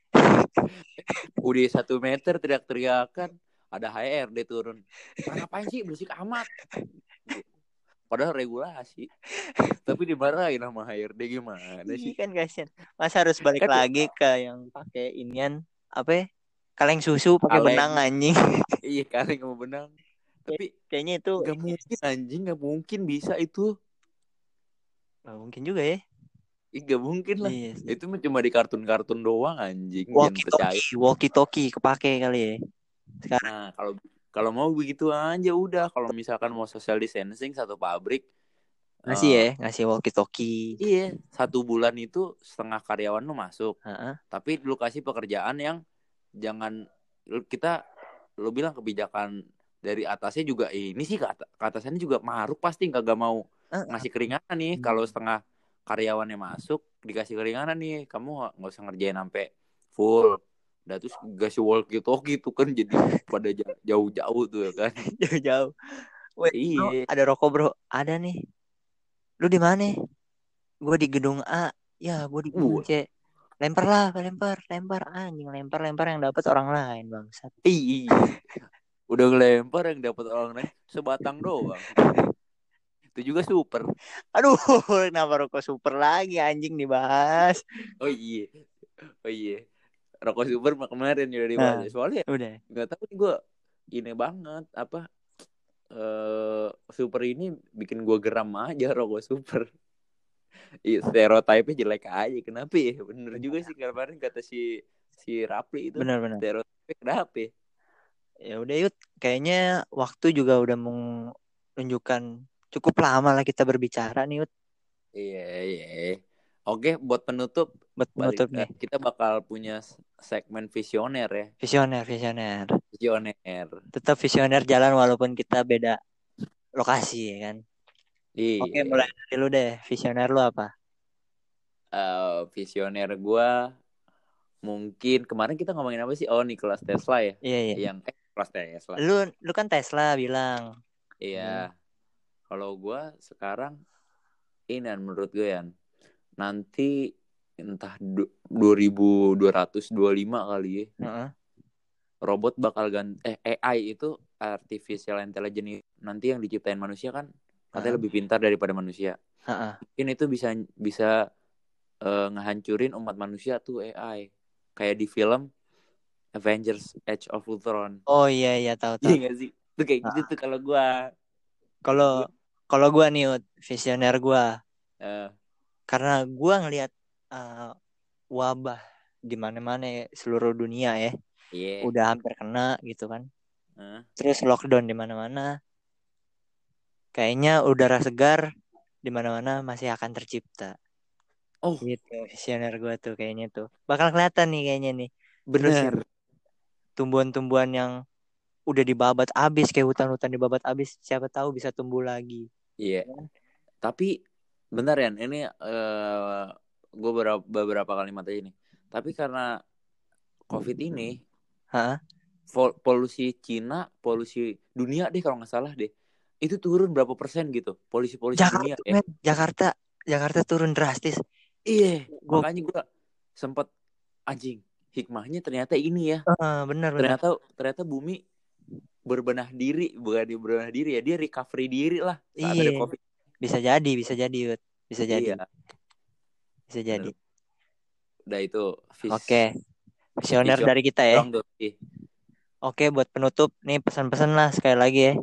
Udah satu meter teriak-teriakan, ada H R D turun. Ah, ngapain sih berisik amat? Padahal regulasi. Tapi dimarahin sama H R D, gimana Iya sih? kan kasihan. Masa harus balik Kan lagi ke yang pakai inian apa ya? Kaleng susu pakai benang kaleng, anjing. iya kaleng sama benang. Tapi Kayaknya itu nggak mungkin anjing, nggak mungkin bisa itu. nggak mungkin juga ya. Ih, nggak mungkin lah. Iya sih. Itu mah cuma di kartun-kartun doang anjing, jangan Walkie percaya. talkie, walkie talkie kepake kali ya. Sekarang Nah, kalau kalau mau begitu aja udah. Kalau misalkan mau social distancing satu pabrik, ngasih eh ya, ngasih walkie talkie. iya, satu bulan itu setengah karyawan lu masuk. Heeh. Tapi lu kasih pekerjaan yang jangan, lu, kita lu bilang kebijakan dari atasnya juga, eh, ini sih ke, at- ke atasannya juga maruk pasti kagak mau Heeh. ngasih keringanan nih. Kalau setengah karyawannya masuk dikasih keringanan nih, kamu nggak usah ngerjain sampai full. Udah terus kasih walkie talkie tuh kan jadi pada ja- jauh-jauh tuh ya kan. Jauh-jauh. Wait, bro, Iya. ada rokok bro. Ada nih. Lu di mana? Gue di gedung A. Ya, gue di gedung Uh, C. Lempar lah, lempar, lempar anjing, lempar, lempar yang dapat orang lain bangsat. iya. Udah ngelempar yang dapat orang lain sebatang doang. Itu juga super. Aduh, kenapa rokok super lagi anjing dibahas? Oh iya. Oh iya. Rokok super kemarin udah dibahas. Nah, Soalnya udah. nggak tahu nih gue, ini banget apa, eh super ini bikin gue geram aja rokok super. Iya, stereotipnya jelek aja. Kenapa ya? Bener juga sih kemarin kata si si Rapli itu. Benar-benar. Stereotipnya kenapa ya? Ya udah yuk, kayaknya waktu juga udah menunjukkan cukup lama lah kita berbicara nih Yud. Iya, iya. Oke, buat penutup Buat balik penutup nih. eh, kita bakal punya segmen visioner ya. Visioner, visioner. Visioner. Tetap visioner jalan walaupun kita beda lokasi ya kan. Oke, mulai Iya. dari lu deh. Visioner lu apa? Eh, visioner gua mungkin kemarin kita ngomongin apa sih? Oh, Nikola Tesla ya. Iya, iya. Yang eh Nikola Tesla. Lu lu kan Tesla bilang. Iya. Hmm. Kalau gua sekarang ini kan menurut gue ya nanti entah dua ribu dua ratus dua puluh lima kali ya. Uh-uh. Robot bakal ganti eh A I itu artificial intelligence nanti yang diciptain manusia kan katanya Uh-uh. lebih pintar daripada manusia. Uh-uh. Mungkin itu bisa bisa uh, ngehancurin umat manusia tuh A I. Kayak di film Avengers Age of Ultron. Oh iya iya tahu Iya tahu. gak sih? Itu kayak gitu Uh-uh. tuh kalau gua. Kalau Gua kalau gua nih Yud, visioner gua uh, karena gua ngelihat uh, wabah di mana-mana ya, seluruh dunia ya. yeah. Udah hampir kena gitu kan. uh. Terus lockdown di mana-mana. Kayaknya udara segar di mana-mana masih akan tercipta. Oh, Gitu, visioner gue tuh kayaknya tuh. Bakal kelihatan nih kayaknya nih. Terus yang bener. tumbuhan-tumbuhan yang udah dibabat abis, kayak hutan-hutan dibabat abis, siapa tahu bisa tumbuh lagi. Iya. Yeah. Tapi bentar ya, ini uh, gue beberapa, beberapa kalimat aja nih. Tapi karena COVID ini, Hah? polusi Cina, polusi dunia deh kalau nggak salah deh, itu turun berapa persen gitu, polusi-polusi dunia Jakarta, ya. men. Jakarta, Jakarta turun drastis. Iya, Gua, makanya gue sempet anjing, hikmahnya ternyata ini ya. uh, benar benar. Ternyata ternyata bumi berbenah diri, bukan dia berbenah diri ya, dia recovery diri lah saat Iya. ada COVID. Bisa jadi, bisa jadi, Yud. Bisa jadi. Iya. Bisa jadi. Bener. Udah itu vis- Oke. Visioner vision dari kita ya. tuh. Oke, buat penutup nih pesan-pesan lah sekali lagi ya.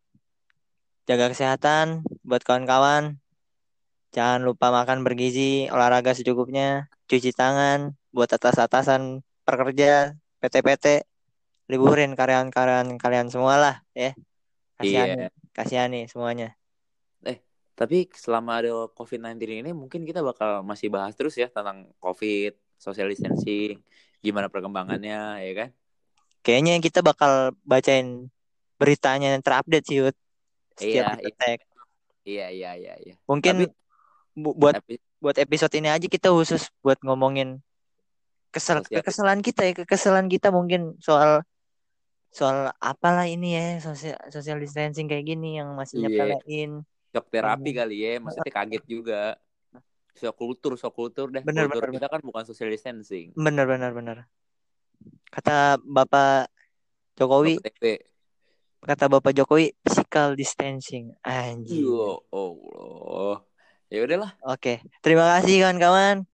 Jaga kesehatan buat kawan-kawan. Jangan lupa makan bergizi, olahraga secukupnya, cuci tangan buat atas-atasan pekerja, P T P T, liburin karyawan-karyawan kalian semua lah ya. Kasihani, Iya. kasihani semuanya. Eh, tapi selama ada covid sembilan belas ini mungkin kita bakal masih bahas terus ya tentang COVID, social distancing, gimana perkembangannya, ya kan? Kayaknya kita bakal bacain beritanya yang terupdate sih, Yud. Setiap Iya, kita iya, tag. iya, iya, iya, iya. Mungkin Tapi bu- buat tapi buat episode ini aja kita khusus buat ngomongin kesel sosial kekesalan kita ya, kekesalan kita mungkin soal soal apalah ini ya, social social distancing kayak gini yang masih iya, nyepelein. shock terapi Ngomong. kali ya, maksudnya kaget juga. Shock kultur, shock kultur deh. Bener Kultur bener kita bener kan bukan social distancing. bener bener bener. Kata Bapak Jokowi, Bapak T V. kata Bapak Jokowi physical distancing. Anjir. Yo, Allah. Ya udahlah. Oke, terima kasih kawan-kawan.